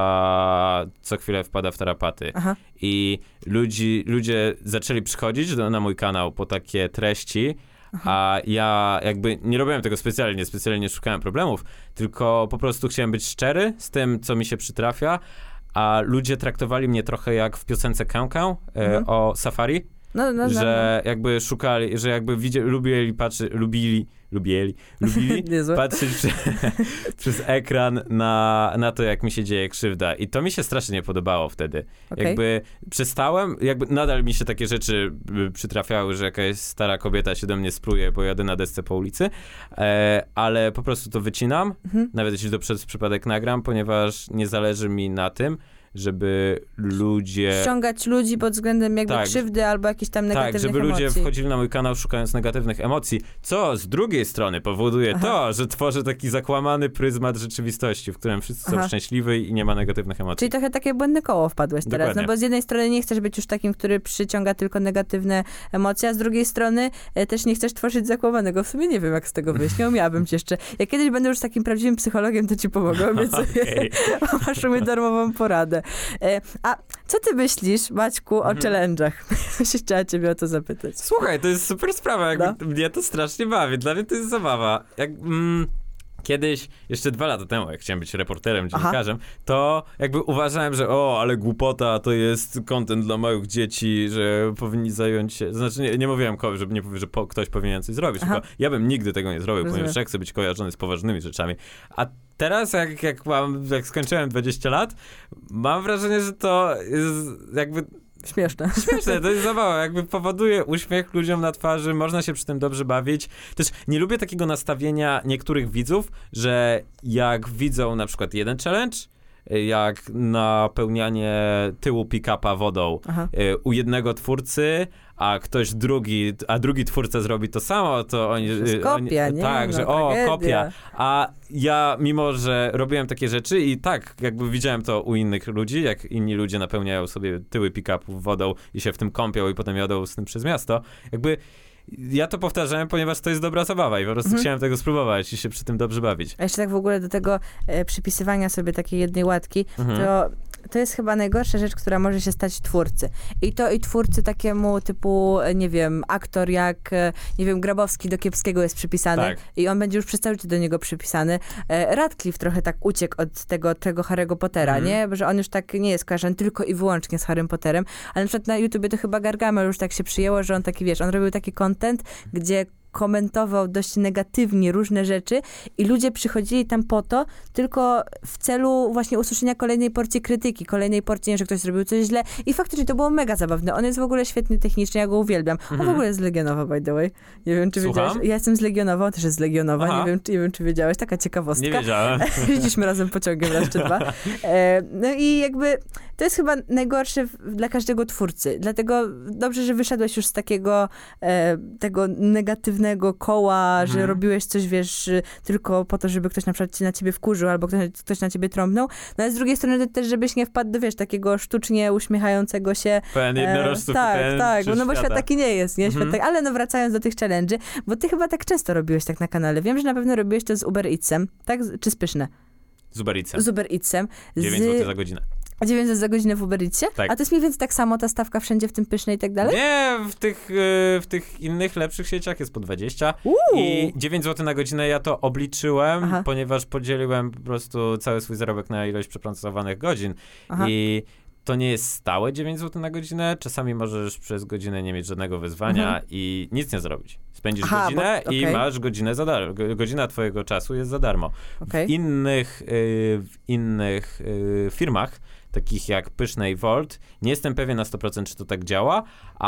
która co chwilę wpada w tarapaty. Aha. I ludzi, ludzie zaczęli przychodzić do, na mój kanał po takie treści. Aha. A ja jakby nie robiłem tego specjalnie, specjalnie nie szukałem problemów, tylko po prostu chciałem być szczery z tym, co mi się przytrafia, a ludzie traktowali mnie trochę jak w piosence Kękę mhm. e, o Safari, no, no, że no. jakby szukali, że jakby widzieli, lubili, patrzy, lubili, lubili, lubili patrzeć przy, przez ekran na, na to, jak mi się dzieje krzywda. I to mi się strasznie nie podobało wtedy. Okay. Jakby przestałem, jakby nadal mi się takie rzeczy przytrafiały, że jakaś stara kobieta się do mnie spruje, bo jadę na desce po ulicy, e, ale po prostu to wycinam, mhm. nawet jeśli to przez przypadek nagram, ponieważ nie zależy mi na tym, żeby ludzie... Ściągać ludzi pod względem jakby tak, krzywdy albo jakichś tam negatywnych emocji. Tak, żeby ludzie emocji. wchodzili na mój kanał szukając negatywnych emocji, co z drugiej strony powoduje Aha. to, że tworzę taki zakłamany pryzmat rzeczywistości, w którym wszyscy Aha. są szczęśliwi i nie ma negatywnych emocji. Czyli trochę takie błędne koło wpadłeś teraz, Dokładnie. no bo z jednej strony nie chcesz być już takim, który przyciąga tylko negatywne emocje, a z drugiej strony e, też nie chcesz tworzyć zakłamanego. W sumie nie wiem, jak z tego wyjść. Nie umiałabym ci jeszcze. Jak kiedyś będę już takim prawdziwym psychologiem, to ci pomogę, więc okay. masz u mnie darmową poradę. A co ty myślisz, Maćku, o mhm. challenge'ach? Chciałam ciebie o to zapytać. Słuchaj, to jest super sprawa. Jakby no. Mnie to strasznie bawi. Dla mnie to jest zabawa. Jak, mm, kiedyś, jeszcze dwa lata temu, jak chciałem być reporterem, dziennikarzem, Aha. to jakby uważałem, że o, ale głupota, to jest content dla małych dzieci, że powinni zająć się... Znaczy, nie, nie mówiłem, żeby nie powiedzieć, że po, ktoś powinien coś zrobić, Aha. tylko ja bym nigdy tego nie zrobił, Rozumiem. ponieważ ja chcę być kojarzony z poważnymi rzeczami. A teraz, jak, jak, mam, jak skończyłem dwadzieścia lat, mam wrażenie, że to jest jakby... Śmieszne. Śmieszne, to jest zabawa, jakby powoduje uśmiech ludziom na twarzy, można się przy tym dobrze bawić. Też nie lubię takiego nastawienia niektórych widzów, że jak widzą na przykład jeden challenge, jak napełnianie tyłu pick-upa wodą y, u jednego twórcy, a ktoś drugi, a drugi twórca zrobi to samo, to oni... To jest kopia, oni, nie? Tak, no, że tragedia. o, kopia. A ja, mimo że robiłem takie rzeczy i tak, jakby widziałem to u innych ludzi, jak inni ludzie napełniają sobie tyły pick-upów wodą i się w tym kąpią i potem jadą z tym przez miasto, jakby ja to powtarzałem, ponieważ to jest dobra zabawa i po prostu Mhm. chciałem tego spróbować i się przy tym dobrze bawić. A jeszcze tak w ogóle do tego e, przypisywania sobie takiej jednej łatki, Mhm. to to jest chyba najgorsza rzecz, która może się stać twórcy. I to i twórcy takiemu typu, e, nie wiem, aktor jak, e, nie wiem, Grabowski do Kiepskiego jest przypisany Tak. i on będzie już przez cały czas do niego przypisany. E, Radcliffe trochę tak uciekł od tego, tego Harry'ego Pottera, Mhm. nie? Że on już tak nie jest kojarzony tylko i wyłącznie z Harrym Potterem, ale na przykład na YouTubie to chyba Gargamel już tak się przyjęło, że on taki, wiesz, on robił taki content, gdzie komentował dość negatywnie różne rzeczy i ludzie przychodzili tam po to, tylko w celu właśnie usłyszenia kolejnej porcji krytyki, kolejnej porcji, że ktoś zrobił coś źle i faktycznie to było mega zabawne. On jest w ogóle świetny technicznie, ja go uwielbiam. On Mhm. w ogóle jest z Legionowa, by the way. Nie wiem, czy Słucham? wiedziałeś. Ja jestem z Legionowa, on też jest z Legionowa. Aha. Nie wiem, czy, nie wiem, czy wiedziałeś. Taka ciekawostka. Nie wiedziałem. Jeździliśmy razem pociągiem raz czy dwa. E, no i jakby to jest chyba najgorsze w, dla każdego twórcy. Dlatego dobrze, że wyszedłeś już z takiego e, tego negatywnego koła, że Mhm. robiłeś coś, wiesz, tylko po to, żeby ktoś na przykład na ciebie wkurzył, albo ktoś, ktoś na ciebie trąbnął. No ale z drugiej strony też, żebyś nie wpadł do, wiesz, takiego sztucznie uśmiechającego się. Pełen jednorożców tak, i pełen tak, no bo świata. świat taki nie jest, nie? Świat Mhm. tak, ale no wracając do tych challenge'y, bo ty chyba tak często robiłeś tak na kanale. Wiem, że na pewno robiłeś to z Uber Eatsem, tak? Czy z Pyszne? Z Uber Eatsem. Z Uber Eatsem. dziewięć złotych za godzinę. dziewięć złotych za godzinę w Uber Eatsie? Tak. A to jest mniej więcej tak samo, ta stawka wszędzie w tym Pyszne i tak dalej? Nie, w tych, y, w tych innych, lepszych sieciach jest po dwadzieścia. Uuu. I dziewięć złotych na godzinę ja to obliczyłem, Aha. ponieważ podzieliłem po prostu cały swój zarobek na ilość przepracowanych godzin. Aha. I to nie jest stałe dziewięć złotych na godzinę. Czasami możesz przez godzinę nie mieć żadnego wyzwania Mhm. i nic nie zrobić. Spędzisz Aha, godzinę bo- i okej. masz godzinę za darmo. Go- Godzina twojego czasu jest za darmo. Okej. W innych, y, w innych y, firmach, takich jak Pyszne i Volt, nie jestem pewien na sto procent, czy to tak działa,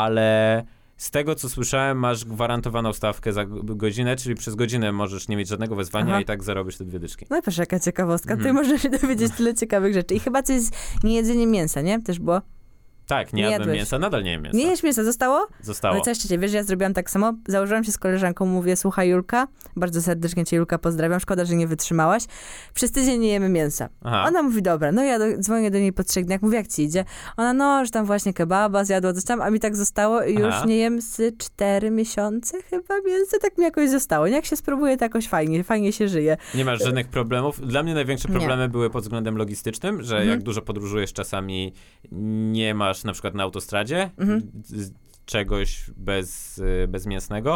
ale z tego, co słyszałem, masz gwarantowaną stawkę za g- godzinę, czyli przez godzinę możesz nie mieć żadnego wezwania Aha. i tak zarobisz te dwie dyszki. No i proszę, jaka ciekawostka. Ty Mhm. możesz się dowiedzieć tyle ciekawych rzeczy. I chyba to jest niejedzenie mięsa, nie? Też było? Tak, nie, Nie jadłem jadłeś. mięsa, nadal nie jem mięsa. Nie jesz mięsa, zostało? Zostało. Ale co jeszcze, wiesz, że ja zrobiłam tak samo. Założyłam się z koleżanką, mówię, słuchaj Julka, bardzo serdecznie cię Julka pozdrawiam, szkoda, że nie wytrzymałaś. Przez tydzień nie jemy mięsa. Aha. Ona mówi, dobra, no ja do, dzwonię do niej po trzech dniach, mówię, jak ci idzie? Ona, no, że tam właśnie kebaba zjadła, coś tam, a mi tak zostało i już Aha. nie jem z cztery miesiące chyba mięsa, tak mi jakoś zostało. Nie, jak się spróbuje, to jakoś fajnie, fajnie się żyje. Nie masz żadnych problemów. Dla mnie największe Nie. problemy były pod względem logistycznym, że Mhm. jak dużo podróżujesz, czasami nie masz na przykład na autostradzie Mhm. z- czegoś bez, y, bezmięsnego.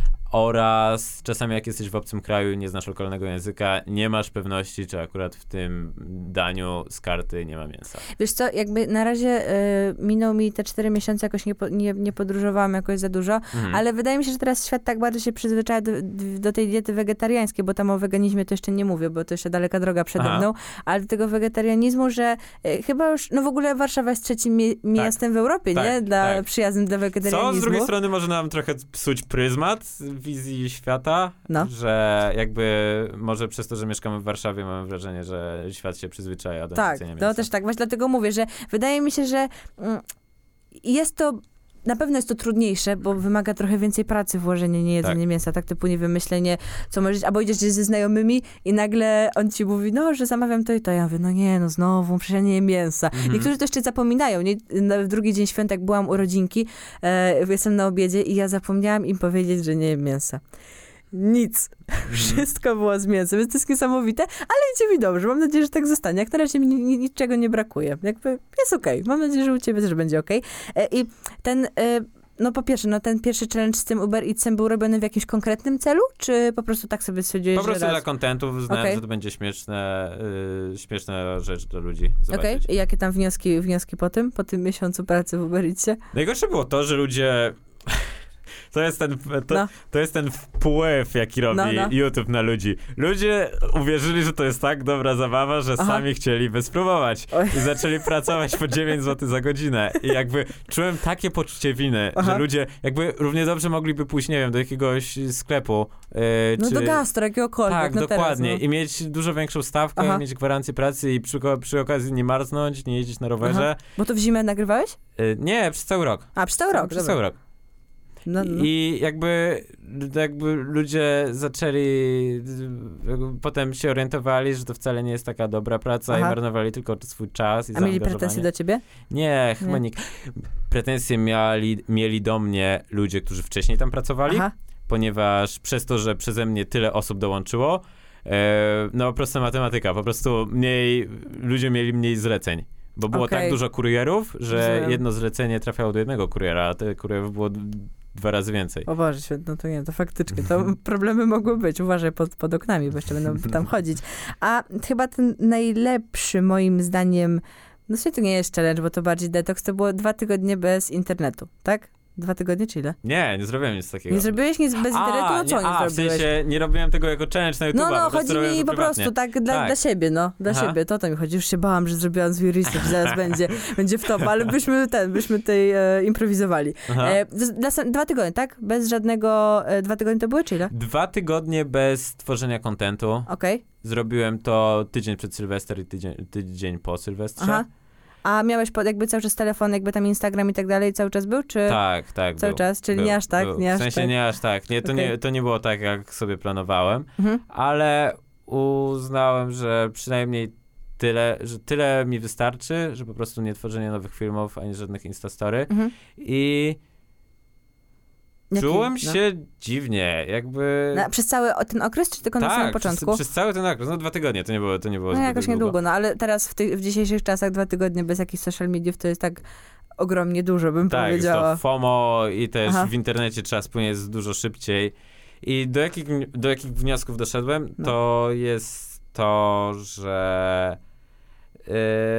Oraz czasami jak jesteś w obcym kraju i nie znasz lokalnego języka, nie masz pewności, czy akurat w tym daniu z karty nie ma mięsa. Wiesz co, jakby na razie y, minął mi te cztery miesiące, jakoś nie, po, nie, nie podróżowałam jakoś za dużo, Mhm. ale wydaje mi się, że teraz świat tak bardzo się przyzwyczaja do, do tej diety wegetariańskiej, bo tam o weganizmie to jeszcze nie mówię, bo to jeszcze daleka droga przede Aha. mną, ale do tego wegetarianizmu, że y, chyba już, no w ogóle Warszawa jest trzecim mi- miastem w Europie, Tak, nie? Dla tak. przyjaznym dla Co wegetarianizmu. z drugiej strony może nam trochę psuć pryzmat wizji świata, No. że jakby może przez to, że mieszkamy w Warszawie, mamy wrażenie, że świat się przyzwyczaja do Tak, jedzenia no mięsa. też tak, właśnie dlatego mówię, że wydaje mi się, że mm, jest to, na pewno jest to trudniejsze, bo wymaga trochę więcej pracy włożenie, nie jedzenie Tak. mięsa, tak typu, nie wiem, myślenie, co możesz, albo idziesz gdzieś ze znajomymi i nagle on ci mówi, no, że zamawiam to i to, ja mówię, no nie, no znowu, przecież ja nie jem mięsa. Mhm. Niektórzy to jeszcze zapominają, nie? Na w drugi dzień świąt, jak byłam u rodzinki, e, jestem na obiedzie i ja zapomniałam im powiedzieć, że nie jem mięsa. Nic. Wszystko było z mięsem, więc to jest niesamowite, ale idzie mi dobrze. Mam nadzieję, że tak zostanie. Jak na razie mi ni- niczego nie brakuje. Jakby jest okej. Mam nadzieję, że u ciebie też będzie okej. E, I ten, e, no po pierwsze, no ten pierwszy challenge z tym Uber Eatsem był robiony w jakimś konkretnym celu, czy po prostu tak sobie stwierdziłeś, Po prostu że dla raz... kontentu, znałem, Okej. że to będzie śmieszne, y, śmieszna rzecz dla ludzi zobaczyć. Okej, i jakie tam wnioski, wnioski po tym, po tym miesiącu pracy w Uber Eatsie? Najgorsze było to, że ludzie to jest ten, to, No. to jest ten wpływ, jaki robi No, no. YouTube na ludzi. Ludzie uwierzyli, że to jest tak dobra zabawa, że Aha. sami chcieliby spróbować. Oj. I zaczęli pracować po dziewięć złotych za godzinę. I jakby czułem takie poczucie winy, Aha. że ludzie jakby równie dobrze mogliby pójść, nie wiem, do jakiegoś sklepu. Yy, No czy... do gastro, jakiegokolwiek. Tak, no dokładnie. Teraz, no. I mieć dużo większą stawkę, Aha. mieć gwarancję pracy i przy, przy okazji nie marznąć, nie jeździć na rowerze. Aha. Bo to w zimę nagrywałeś? Yy, nie, przez cały rok. A, przez cały rok. Przez dobra. cały rok. No, no. I jakby, jakby ludzie zaczęli, jakby potem się orientowali, że to wcale nie jest taka dobra praca. Aha. I marnowali tylko swój czas i A mieli pretensje do ciebie? Nie, chyba nikt. Pretensje mieli, mieli do mnie ludzie, którzy wcześniej tam pracowali, Aha. ponieważ przez to, że przeze mnie tyle osób dołączyło, e, no prosta matematyka, po prostu mniej, ludzie mieli mniej zleceń. Bo było okay. tak dużo kurierów, że Rozumiem. jedno zlecenie trafiało do jednego kuriera, a tych kurierów było dwa razy więcej. O Boże, no to nie, to faktycznie, to problemy mogły być. Uważaj pod, pod oknami, bo jeszcze będą tam chodzić. A chyba ten najlepszy moim zdaniem, no to nie jest challenge, bo to bardziej detoks, to było dwa tygodnie bez internetu, tak? Dwa tygodnie czy ile? Nie, nie zrobiłem nic takiego. Nie zrobiłeś nic bez a, internetu? No co nie, nie a, zrobiłeś? W sensie nie robiłem tego jako challenge na YouTube. No, no, po chodzi mi po prostu tak dla, tak dla siebie, no. Dla Aha. siebie, to o to mi chodzi. Już się bałam, że zrobiłam swój research, zaraz będzie, będzie w top, ale byśmy ten, byśmy tutaj e, improwizowali. E, dla, dwa tygodnie, tak? Bez żadnego, e, dwa tygodnie to były, czy ile? Dwa tygodnie bez tworzenia kontentu. Okej. Okay. Zrobiłem to tydzień przed Sylwester i tydzień, tydzień po Sylwestrze. Aha. A miałeś pod, jakby cały czas telefon, jakby tam Instagram i tak dalej cały czas był, czy? Tak, tak. Cały był, czas, czyli był, nie aż tak? Był. Nie aż w sensie tak. nie aż tak. Nie, to, okay. nie, to nie było tak, jak sobie planowałem, mhm. ale uznałem, że przynajmniej tyle, że tyle mi wystarczy, że po prostu nie tworzenie nowych filmów, ani żadnych Instastory. Mhm. I Jaki? czułem no. się dziwnie, jakby... No, przez cały ten okres, czy tylko tak, na samym początku? Przez, przez cały ten okres, no dwa tygodnie, to nie było, to nie było No jakoś długo. niedługo, no ale teraz w, tych, w dzisiejszych czasach dwa tygodnie bez jakichś social mediów to jest tak ogromnie dużo, bym tak, powiedziała. Tak, jest to FOMO i też Aha. w internecie trzeba spłynieć dużo szybciej. I do jakich, do jakich wniosków doszedłem, no. to jest to, że yy,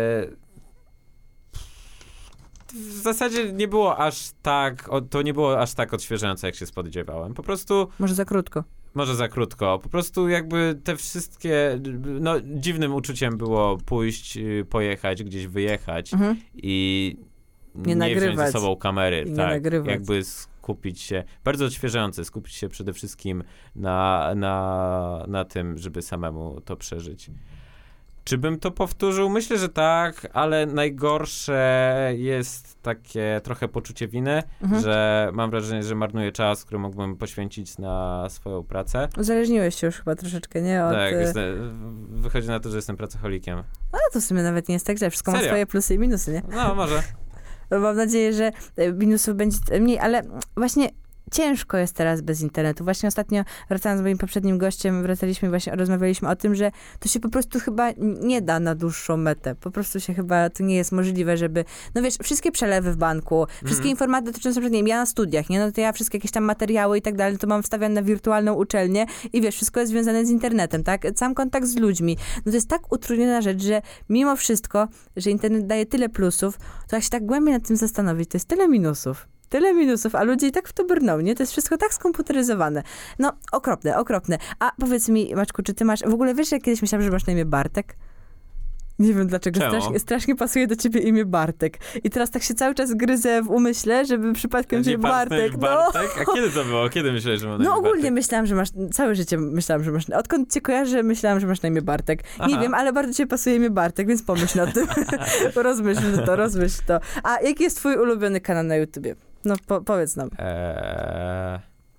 w zasadzie nie było aż tak, to nie było aż tak odświeżające, jak się spodziewałem. Po prostu... Może za krótko. Może za krótko. Po prostu jakby te wszystkie, no dziwnym uczuciem było pójść, pojechać, gdzieś wyjechać mhm. i nie, nie wziąć ze nagrywać. sobą kamery. I nie tak, nagrywać. jakby skupić się, bardzo odświeżające, skupić się przede wszystkim na, na, na tym, żeby samemu to przeżyć. Czy bym to powtórzył? Myślę, że tak, ale najgorsze jest takie trochę poczucie winy, mhm. że mam wrażenie, że marnuję czas, który mógłbym poświęcić na swoją pracę. Uzależniłeś się już chyba troszeczkę, nie? Od... Tak, jestem, wychodzi na to, że jestem pracocholikiem. No to w sumie nawet nie jest tak źle, wszystko Serio? ma swoje plusy i minusy, nie? No, może. Mam nadzieję, że minusów będzie mniej, ale właśnie ciężko jest teraz bez internetu. Właśnie ostatnio, wracając z moim poprzednim gościem, wracaliśmy i właśnie rozmawialiśmy o tym, że to się po prostu chyba nie da na dłuższą metę. Po prostu się chyba, to nie jest możliwe, żeby, no wiesz, wszystkie przelewy w banku, wszystkie mm. informacje dotyczące, nie wiem, ja na studiach, nie, no to ja wszystkie jakieś tam materiały i tak dalej, to mam wstawiane na wirtualną uczelnię i wiesz, wszystko jest związane z internetem, tak? Sam kontakt z ludźmi. No to jest tak utrudniona rzecz, że mimo wszystko, że internet daje tyle plusów, to jak się tak głębiej nad tym zastanowić, to jest tyle minusów. Tyle minusów, a ludzie i tak w to brną, nie? To jest wszystko tak skomputeryzowane. No, okropne, okropne. A powiedz mi, Maćku, czy ty masz... W ogóle wiesz, że kiedyś myślałam, że masz na imię Bartek? Nie wiem dlaczego. Strasznie, strasznie pasuje do ciebie imię Bartek. I teraz tak się cały czas gryzę w umyśle, żeby przypadkiem cię Bartek. Bartek? No. A kiedy to było? Kiedy myślałeś, że mam na imię No ogólnie Bartek? myślałam, że masz... Całe życie myślałam, że masz... Odkąd cię kojarzę, myślałam, że masz na imię Bartek. Aha. Nie wiem, ale bardzo cię pasuje imię Bartek, więc pomyśl nad tym. rozmyśl to, rozmyśl to. A jaki jest twój ulubiony kanał na YouTubie? No po, powiedz nam. Eee...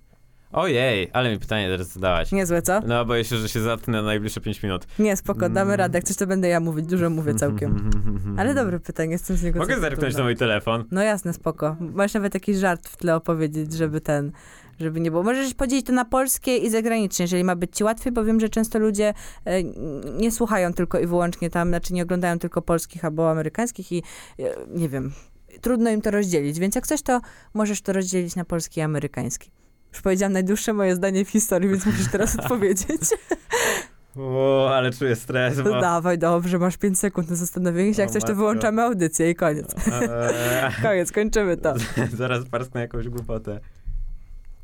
Ojej, ale mi pytanie teraz zadałaś. Niezłe, co? No, boję się, że się zatnę na najbliższe pięć minut. Nie, spoko, damy radę. Jak coś, to będę ja mówić. Dużo mówię całkiem. Ale dobre pytanie, jestem z niego... Mogę zerknąć na mój telefon? No jasne, spoko. Możesz nawet jakiś żart w tle opowiedzieć, żeby ten... żeby nie było. Możesz podzielić to na polskie i zagraniczne, jeżeli ma być ci łatwiej, bo wiem, że często ludzie e, nie słuchają tylko i wyłącznie tam, znaczy nie oglądają tylko polskich albo amerykańskich i e, nie wiem, trudno im to rozdzielić, więc jak coś, to możesz to rozdzielić na polski i amerykański. Już powiedziałam najdłuższe moje zdanie w historii, więc musisz teraz odpowiedzieć. O, ale czuję stres. Bo... No dawaj, dobrze, masz pięć sekund na zastanowienie się, jak o, coś, to matko. wyłączamy audycję i koniec. Eee. Koniec, kończymy to. Zaraz parsknę jakąś głupotę.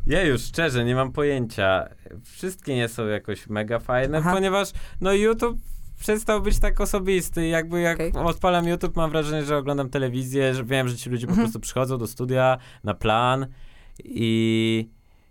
Ja już szczerze nie mam pojęcia. Wszystkie nie są jakoś mega fajne, Aha. ponieważ no YouTube przestał być tak osobisty. Jakby jak okay. odpalam YouTube, mam wrażenie, że oglądam telewizję, że wiem, że ci ludzie mhm. po prostu przychodzą do studia na plan i...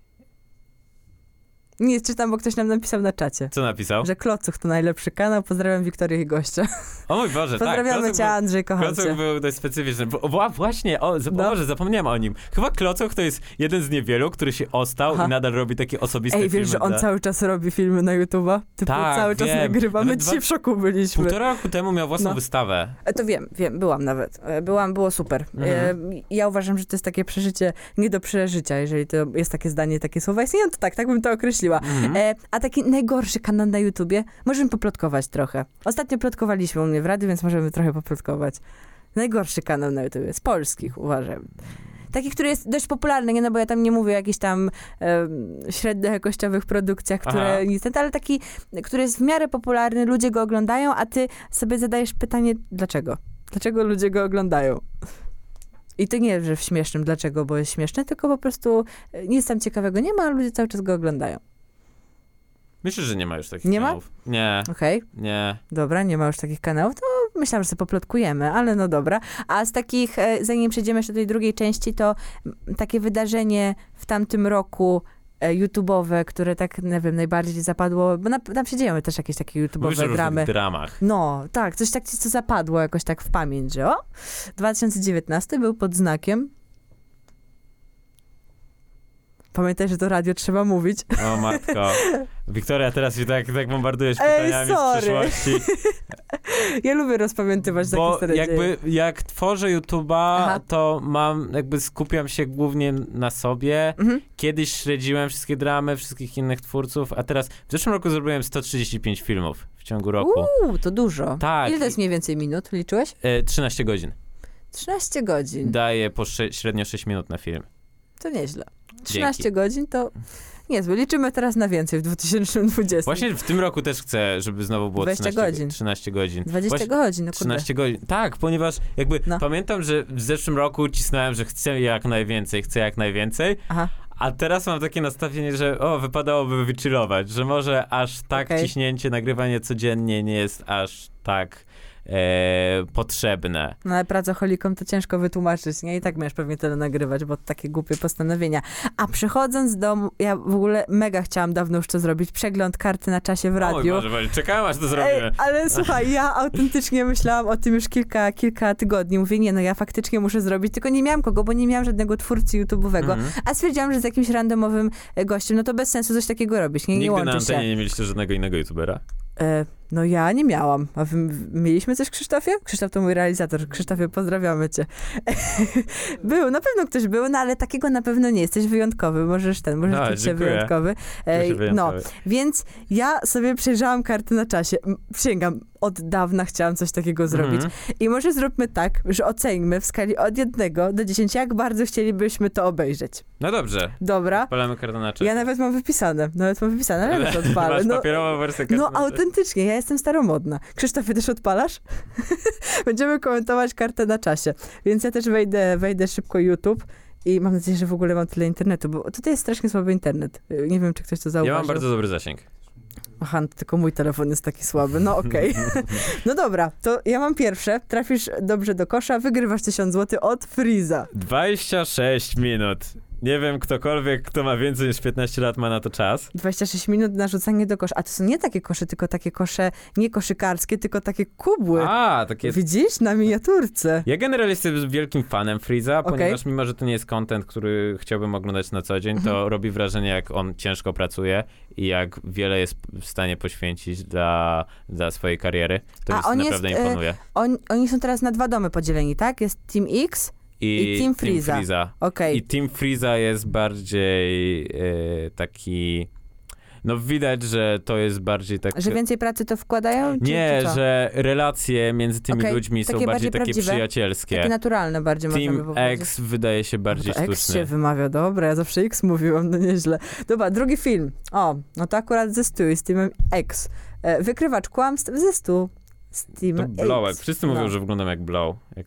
Nie, czytam, bo ktoś nam napisał na czacie. Co napisał? Że Klocuch to najlepszy kanał. Pozdrawiam Wiktorię i gościa. O mój Boże, Pozdrawiamy tak. cię, Andrzej, kocham Klocuch cię. był dość specyficzny. Bo, bo właśnie, o, no. Boże, zapomniałem o nim. Chyba Klocuch to jest jeden z niewielu, który się ostał Aha. i nadal robi takie osobiste Ej, filmy. Ej, wiesz, że on dla... cały czas robi filmy na YouTube'a? Typu tak, cały czas wiem. nagrywa. My dwa... dzisiaj w szoku byliśmy. Półtora roku temu miał własną no. wystawę. E, to wiem, wiem, byłam nawet. E, byłam, było super. Mhm. E, ja uważam, że to jest takie przeżycie nie do przeżycia, jeżeli to jest takie zdanie, takie słowa istnieją, to tak, tak bym to określiła. Mhm. E, a taki najgorszy kanał na YouTubie, możemy poplotkować trochę. Ostatnio plotkowaliśmy u mnie w radiu, więc możemy trochę poplotkować. Najgorszy kanał na YouTubie, z polskich, uważam. Taki, który jest dość popularny, nie? No bo ja tam nie mówię o jakichś tam e, średnio jakościowych produkcjach, które Aha. niestety, ale taki, który jest w miarę popularny, ludzie go oglądają, a ty sobie zadajesz pytanie, dlaczego? Dlaczego ludzie go oglądają? I to nie, że w śmiesznym, dlaczego, bo jest śmieszne, tylko po prostu nic tam ciekawego nie ma, a ludzie cały czas go oglądają. Myślę, że nie ma już takich nie kanałów. Ma? Nie. Okej. Okay. Nie. Dobra, nie ma już takich kanałów, to myślałam, że sobie poplotkujemy, ale no dobra. A z takich, zanim przejdziemy jeszcze do tej drugiej części, to takie wydarzenie w tamtym roku YouTube'owe, które tak, nie wiem, najbardziej zapadło, bo na, tam się dzieją też jakieś takie YouTube'owe dramy. dramach. No, tak, coś tak, co zapadło jakoś tak w pamięć, że o, dwa tysiące dziewiętnasty był pod znakiem. Pamiętaj, że to radio trzeba mówić. O matko. Wiktoria, teraz się tak, tak bombardujesz pytaniami Ej, sorry. z przeszłości. Ja lubię rozpamiętywać takie Bo historie. jakby jak tworzę YouTube'a, Aha. to mam, jakby skupiam się głównie na sobie. Mhm. Kiedyś śledziłem wszystkie dramy, wszystkich innych twórców, a teraz w zeszłym roku zrobiłem sto trzydzieści pięć filmów w ciągu roku. Uuu, to dużo. Tak. Ile to jest mniej więcej minut? Liczyłeś? E, trzynaście godzin. trzynaście godzin. Daję po sze- średnio sześć minut na film. To nieźle. trzynaście Dzięki. godzin to niezłe. Liczymy teraz na więcej w dwa tysiące dwudziestym. Właśnie w tym roku też chcę, żeby znowu było dwadzieścia godzin. trzynaście godzin. dwadzieścia Właśnie godzin, no kurde. trzynaście godzin. Tak, ponieważ jakby no. pamiętam, że w zeszłym roku cisnąłem, że chcę jak najwięcej, chcę jak najwięcej. Aha. A teraz mam takie nastawienie, że o, wypadałoby wychillować, że może aż tak okay. ciśnięcie, nagrywanie codziennie nie jest aż tak E, potrzebne. No ale pracocholikom to ciężko wytłumaczyć, nie? I tak miałeś pewnie tyle nagrywać, bo takie głupie postanowienia. A przychodząc do... Ja w ogóle mega chciałam dawno już to zrobić. Przegląd karty na czasie w radiu. Oj, Boże, czekałem, aż to zrobimy. Ej, ale słuchaj, ja autentycznie myślałam o tym już kilka, kilka tygodni. Mówię, nie, no ja faktycznie muszę zrobić, tylko nie miałam kogo, bo nie miałam żadnego twórcy YouTube'owego. Mm-hmm. A stwierdziłam, że z jakimś randomowym gościem, no to bez sensu coś takiego robić. Nie, nie Nigdy łączy na antenie się. nie mieliście żadnego innego YouTubera? E, no ja nie miałam. A wy mieliśmy coś, Krzysztofie? Krzysztof to mój realizator. Krzysztofie, pozdrawiamy cię. Był, na pewno ktoś był, no ale takiego na pewno nie. Jesteś wyjątkowy. Możesz ten, możesz no, czuć się wyjątkowy. E, no, więc ja sobie przejrzałam karty na czasie. Przysięgam, od dawna chciałam coś takiego zrobić. Mm-hmm. I może zróbmy tak, że oceńmy w skali od jednego do dziesięciu, jak bardzo chcielibyśmy to obejrzeć. No dobrze. Dobra. Odpalamy kartę na czasie. Ja nawet mam wypisane. Nawet mam wypisane, ale to odpalę. Masz no, papierową wersję karty No autentycznie, ja jestem staromodna. Krzysztofie, też odpalasz? Będziemy komentować kartę na czasie. Więc ja też wejdę, wejdę szybko YouTube i mam nadzieję, że w ogóle mam tyle internetu, bo tutaj jest strasznie słaby internet. Nie wiem, czy ktoś to zauważył. Ja mam bardzo dobry zasięg. Aha, no tylko mój telefon jest taki słaby. No okej. Okay. No dobra, to ja mam pierwsze. Trafisz dobrze do kosza, wygrywasz tysiąc złotych od Freeza. dwadzieścia sześć minut. Nie wiem, ktokolwiek, kto ma więcej niż piętnaście lat, ma na to czas. dwadzieścia sześć minut na rzucanie do kosza. A to są nie takie kosze, tylko takie kosze, nie koszykarskie, tylko takie kubły. A, takie... Widzisz? Na miniaturce. Ja generalnie jestem wielkim fanem Freeza, okay. ponieważ mimo, że to nie jest content, który chciałbym oglądać na co dzień, to mhm. robi wrażenie, jak on ciężko pracuje i jak wiele jest w stanie poświęcić dla, dla swojej kariery. To A mi naprawdę jest, imponuje. Y, on, oni są teraz na dwa domy podzieleni, tak? Jest Team X i, i Team Freeza. Team Freeza. Okay. I Team Freeza jest bardziej e, taki... No widać, że to jest bardziej tak... Że więcej pracy to wkładają? Czy, nie, czy że relacje między tymi okay. ludźmi takie są bardziej takie prawdziwe, przyjacielskie. Takie naturalne bardziej Team można by powiedzieć. X wydaje się bardziej no to sztuczny. X się wymawia, dobra, ja zawsze X mówiłam, no nieźle. Dobra, drugi film. O, no to akurat ze stu, z Teamem X. Wykrywacz kłamstw ze stu. Z Teamem to Blowek. Wszyscy no. mówią, że wyglądam jak Blow. Jak tam...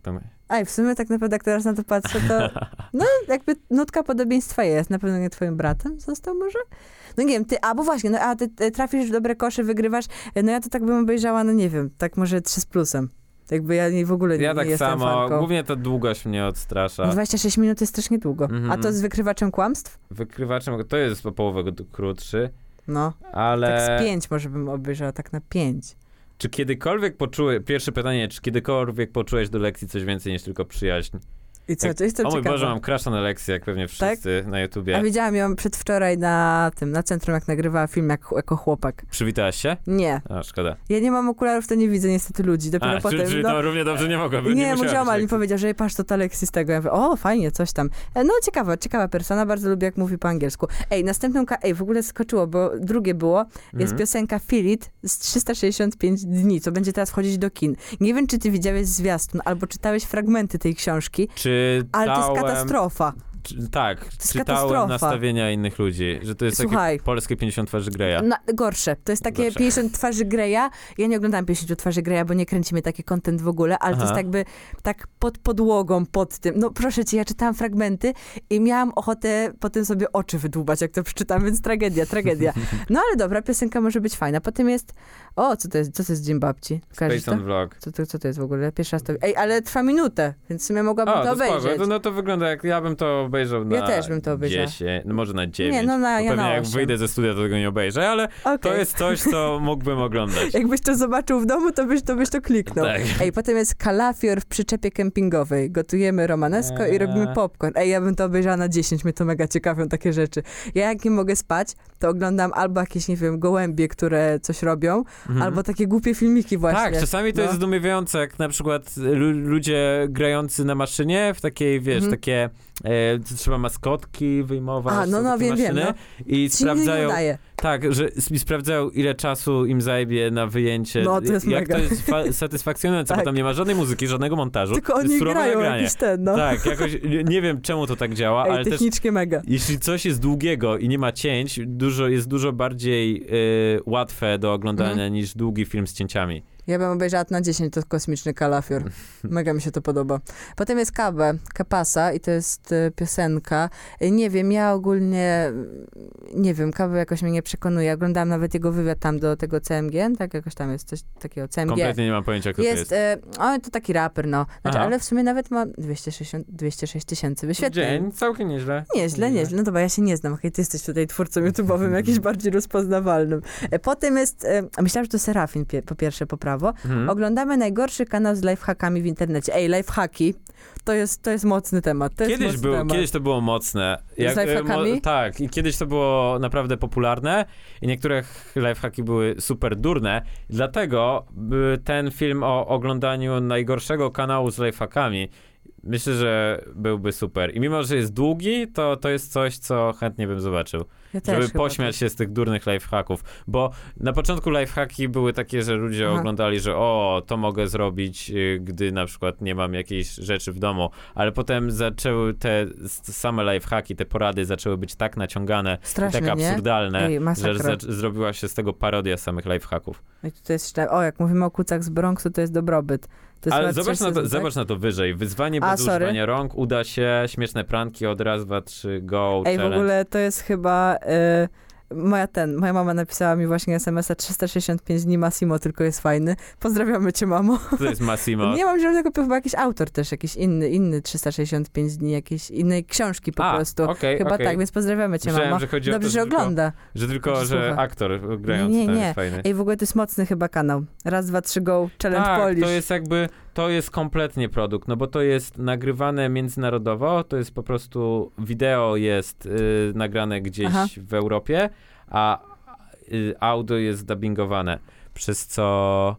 Aj, w sumie tak naprawdę jak teraz na to patrzę, to no jakby nutka podobieństwa jest. Na pewno nie twoim bratem został może? No nie wiem, ty, a bo właśnie, no a ty, ty trafisz w dobre kosze, wygrywasz, no ja to tak bym obejrzała, no nie wiem, tak może trzy z plusem. Jakby ja nie, w ogóle nie, Ja nie tak jestem samo, fanką. głównie to długość mnie odstrasza. dwadzieścia sześć minut jest strasznie długo. Mhm. A to z wykrywaczem kłamstw? Wykrywaczem, to jest o połowę krótszy, No, ale... tak z pięć może bym obejrzała, tak na pięć. Czy kiedykolwiek poczułeś, pierwsze pytanie, czy kiedykolwiek poczułeś do lekcji coś więcej niż tylko przyjaźń? I co, Jak, to jest to o mój ciekawe. Boże, mam crasha na lekcji, jak pewnie wszyscy na YouTubie. A widziałam ją przedwczoraj na tym, na centrum, jak nagrywała film jak, jako chłopak. Przywitałaś się? Nie. A, szkoda. Ja nie mam okularów, to nie widzę niestety ludzi. Dopiero A, potem. czyli, czyli no, to równie dobrze nie mogłaby. nie, nie mój musiała ziomal być mi lekcji. powiedział, że patrz, to ta Lexi z tego. Ja mówię, o, fajnie, coś tam. E, No, ciekawa, ciekawa persona, bardzo lubię, jak mówi po angielsku. Ej, następną, ka- ej, w ogóle skoczyło, bo drugie było, jest Mhm. piosenka Feel It z trzysta sześćdziesiąt pięć dni, co będzie teraz wchodzić do kin. Nie wiem, czy ty widziałeś zwiastun, albo czytałeś fragmenty tej książki, Czytałem, ale to jest katastrofa. czy, tak, jest czytałem katastrofa. nastawienia innych ludzi, że to jest Słuchaj. takie polskie pięćdziesiąt twarzy Greya. Na, gorsze. To jest takie Gorsze. pięćdziesiąt twarzy Greya. Ja nie oglądam pięćdziesiąt twarzy Greya, bo nie kręci mnie taki content w ogóle, ale to Aha. jest jakby tak pod podłogą, pod tym. No proszę cię, ja czytałam fragmenty i miałam ochotę potem sobie oczy wydłubać, jak to przeczytam, więc tragedia, tragedia. No ale dobra, piosenka może być fajna. Potem jest, o, co to jest, co to jest Dzień Babci? Kojarzysz Space to? on Vlog. Co to, co to jest w ogóle? Pierwszy raz to... Ej, ale trwa minutę, więc w sumie mogłabym O, to to obejrzeć. spoko. To, no to wygląda jak, ja bym to obejrzał na Ja też bym to obejrzała. dziesięć, no może na dziewięć. Nie, no na- Bo ja pewnie na jak osiem. wyjdę ze studia, to tego nie obejrzę, ale Okej. to jest coś, co mógłbym oglądać. Jakbyś to zobaczył w domu, to byś to, byś to kliknął. Tak. Ej, potem jest kalafior w przyczepie kempingowej. Gotujemy romanesko i robimy Eee. popcorn. Ej, ja bym to obejrzała na dziesięć, mnie to mega ciekawią takie rzeczy. Ja jak nie mogę spać, to oglądam albo jakieś, nie wiem, gołębie, które coś robią, Mhm. albo takie głupie filmiki właśnie. Tak, czasami to No. jest zdumiewające, jak na przykład lu- ludzie grający na maszynie w takiej, wiesz, Mhm. takie, e, co trzeba maskotki wyjmować. A, no, są no, takie wiem, wiem, maszyny I Ci nigdy nie sprawdzają, udaje. tak, że s- i sprawdzają, ile czasu im zajmie na wyjęcie. No, to jest jak mega. to jest fa- satysfakcjonujące, Tak. bo tam nie ma żadnej muzyki, żadnego montażu. Tylko to jest oni surowe grają nagranie. jakiś ten, no. Tak, jakoś, nie- nie wiem czemu to tak działa, Ej, ale też technicznie mega. jeśli coś jest długiego i nie ma cięć, dużo, jest dużo bardziej y, łatwe do oglądania Mhm. niż długi film z cięciami. Ja bym obejrzała na dziesięć, to kosmiczny kalafior. Mega mi się to podoba. Potem jest Kabe, Kapasa i to jest e, piosenka. E, Nie wiem, ja ogólnie, nie wiem, Kabe jakoś mnie nie przekonuje. Oglądałam nawet jego wywiad tam do tego C M G, tak jakoś tam jest coś takiego, C M G. Kompletnie nie mam pojęcia, kto Jest, to jest. e, o, to taki raper, no. Znaczy, Aha. ale w sumie nawet ma dwieście sześćdziesiąt, dwieście sześć tysięcy wyświetleń. Dzień, całkiem nieźle. Nieźle, nieźle. No dobra, ja się nie znam. Okej, ty jesteś tutaj twórcą YouTube'owym, jakiś bardziej rozpoznawalnym. E, Potem jest, e, myślałam, że to Serafin pie, po pierwsze, po prawo. Mhm. Oglądamy najgorszy kanał z lifehackami w internecie. Ej, lifehacki, to jest, to jest mocny temat. To jest Kiedyś, mocny był, temat. kiedyś to było mocne. Z lifehackami? tak, i kiedyś to było naprawdę popularne i niektóre ch- lifehacki były super durne. Dlatego by ten film o oglądaniu najgorszego kanału z lifehackami myślę, że byłby super. I mimo, że jest długi, to to jest coś, co chętnie bym zobaczył. Ja też Żeby chyba pośmiać tak. się z tych durnych lifehacków. Bo na początku lifehacki były takie, że ludzie Aha. oglądali, że o, to mogę zrobić, y, gdy na przykład nie mam jakiejś rzeczy w domu. Ale potem zaczęły te s- same lifehacki, te porady zaczęły być tak naciągane, Straszne, tak nie? absurdalne, Ej, że masakra. za- zrobiła się z tego parodia samych lifehacków. I to jest, źle. O, jak mówimy o kucach z Bronxu, to jest dobrobyt. To jest Ale chyba zobacz trzeci na, to, sezon, tak? zobacz na to wyżej. Wyzwanie A, bez sorry. używania rąk, uda się, śmieszne pranki od raz, dwa, trzy, go, Ej, w challenge. ogóle to jest chyba... Y, moja ten, moja mama napisała mi właśnie es em es a trzysta sześćdziesiąt pięć dni Massimo, tylko jest fajny. Pozdrawiamy cię, mamo. To jest Massimo. Nie mam żadnego, chyba jakiś autor też, jakiś inny, inny trzysta sześćdziesiąt pięć dni, jakiejś innej książki po A, prostu. okej, Chyba okej. tak, więc pozdrawiamy cię, Myślałem, mamo. że chodzi o Dobrze, to, że że tylko- ogląda. Że tylko, Że że słucha. aktor grający Nie, tam nie. jest fajny. Ej, w ogóle to jest mocny chyba kanał. Raz, dwa, trzy, go, challenge Tak, Polish. to jest jakby, to jest kompletnie produkt, no bo to jest nagrywane międzynarodowo, to jest po prostu, wideo jest y, nagrane gdzieś Aha. w Europie, a y, audio jest dubbingowane, przez co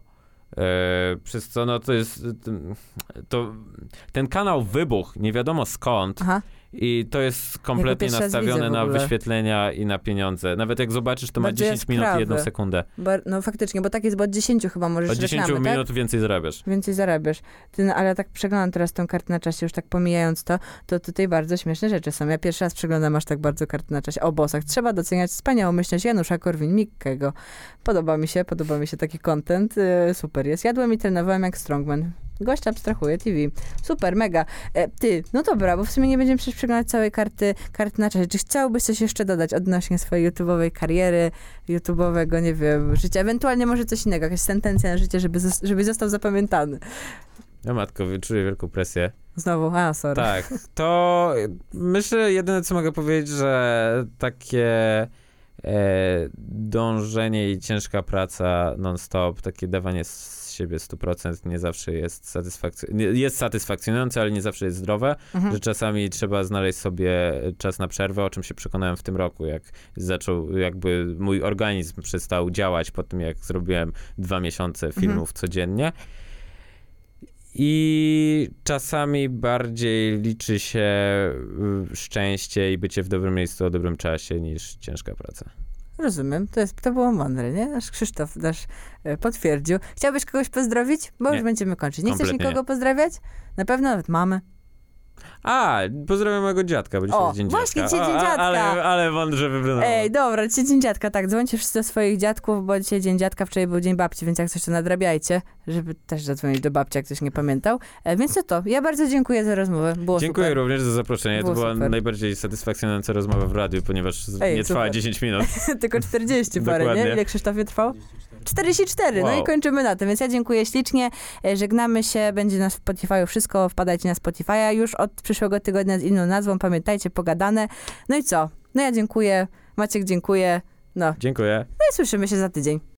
y, przez co no to jest y, to, ten kanał wybuchł, nie wiadomo skąd, Aha. i to jest kompletnie pierwszy raz nastawione widzę w na ogóle. wyświetlenia i na pieniądze. Nawet jak zobaczysz, to ma Bardzo dziesięć minut i jaskrawy. jedną sekundę. Bar- no faktycznie, bo tak jest, bo od dziesięciu chyba możesz Od dziesięć reklamy, minut tak? więcej zarabiasz. Więcej zarabiasz. Ty, no, ale ja tak przeglądam teraz tą kartę na czasie, już tak pomijając to, to tutaj bardzo śmieszne rzeczy są. Ja pierwszy raz przeglądam aż tak bardzo kartę na czasie. O bossach. Trzeba doceniać wspaniałomyślność Janusza Korwin-Mikkego. Podoba mi się, podoba mi się taki content. Yy, super jest. Jadłem i trenowałem jak strongman. Gość abstrahuje T V. Super, mega. E, ty, no dobra, bo w sumie nie będziemy przecież przeglądać całej karty, karty na czasie. Czy chciałbyś coś jeszcze dodać odnośnie swojej YouTube'owej kariery, YouTube'owego, nie wiem, życia? Ewentualnie może coś innego, jakaś sentencja na życie, żeby, zos- żeby został zapamiętany. Ja matko, czuję wielką presję. Znowu, a, sorry. Tak, to myślę, jedyne co mogę powiedzieć, że takie e, dążenie i ciężka praca non-stop, takie dawanie z siebie stu procent nie zawsze jest satysfakcjonujące, jest satysfakcjonujące, ale nie zawsze jest zdrowe, Mhm. że czasami trzeba znaleźć sobie czas na przerwę, o czym się przekonałem w tym roku, jak zaczął, jakby mój organizm przestał działać po tym, jak zrobiłem dwa miesiące filmów codziennie. I czasami bardziej liczy się y, szczęście i bycie w dobrym miejscu o dobrym czasie niż ciężka praca. Rozumiem, to, jest, to było mądre, nie? Nasz Krzysztof nasz, e, potwierdził. Chciałbyś kogoś pozdrowić? Bo Nie. już będziemy kończyć. Nie chcesz Kompletnie nikogo nie. pozdrawiać? Na pewno nawet mamy. A, pozdrawiam mojego dziadka, bo dzisiaj O, jest dzień właśnie, dziadka. dzisiaj dzień A, dziadka. Ale, ale mądrze wybrnęło. Ej, dobra, dzisiaj dzień dziadka, tak, dzwońcie wszyscy do swoich dziadków, bo dzisiaj dzień dziadka, wczoraj był dzień babci, więc jak coś to nadrabiajcie, żeby też zadzwonić do babci, jak ktoś nie pamiętał. E, więc to to, ja bardzo dziękuję za rozmowę, było Dziękuję super. również za zaproszenie. Było to była super. najbardziej satysfakcjonująca rozmowa w radiu, ponieważ Ej, nie trwała super. dziesięć minut. Tylko czterdzieści parę, nie? Dokładnie. Ile Krzysztofie trwał? czterdzieści cztery, no Wow. i kończymy na tym, więc ja dziękuję ślicznie, e, żegnamy się, będzie na Spotify'u wszystko, wpadajcie na Spotify'a już od przyszłego tygodnia z inną nazwą, pamiętajcie, pogadane. No i co? No ja dziękuję, Maciek dziękuję, no, Dziękuję. no i słyszymy się za tydzień.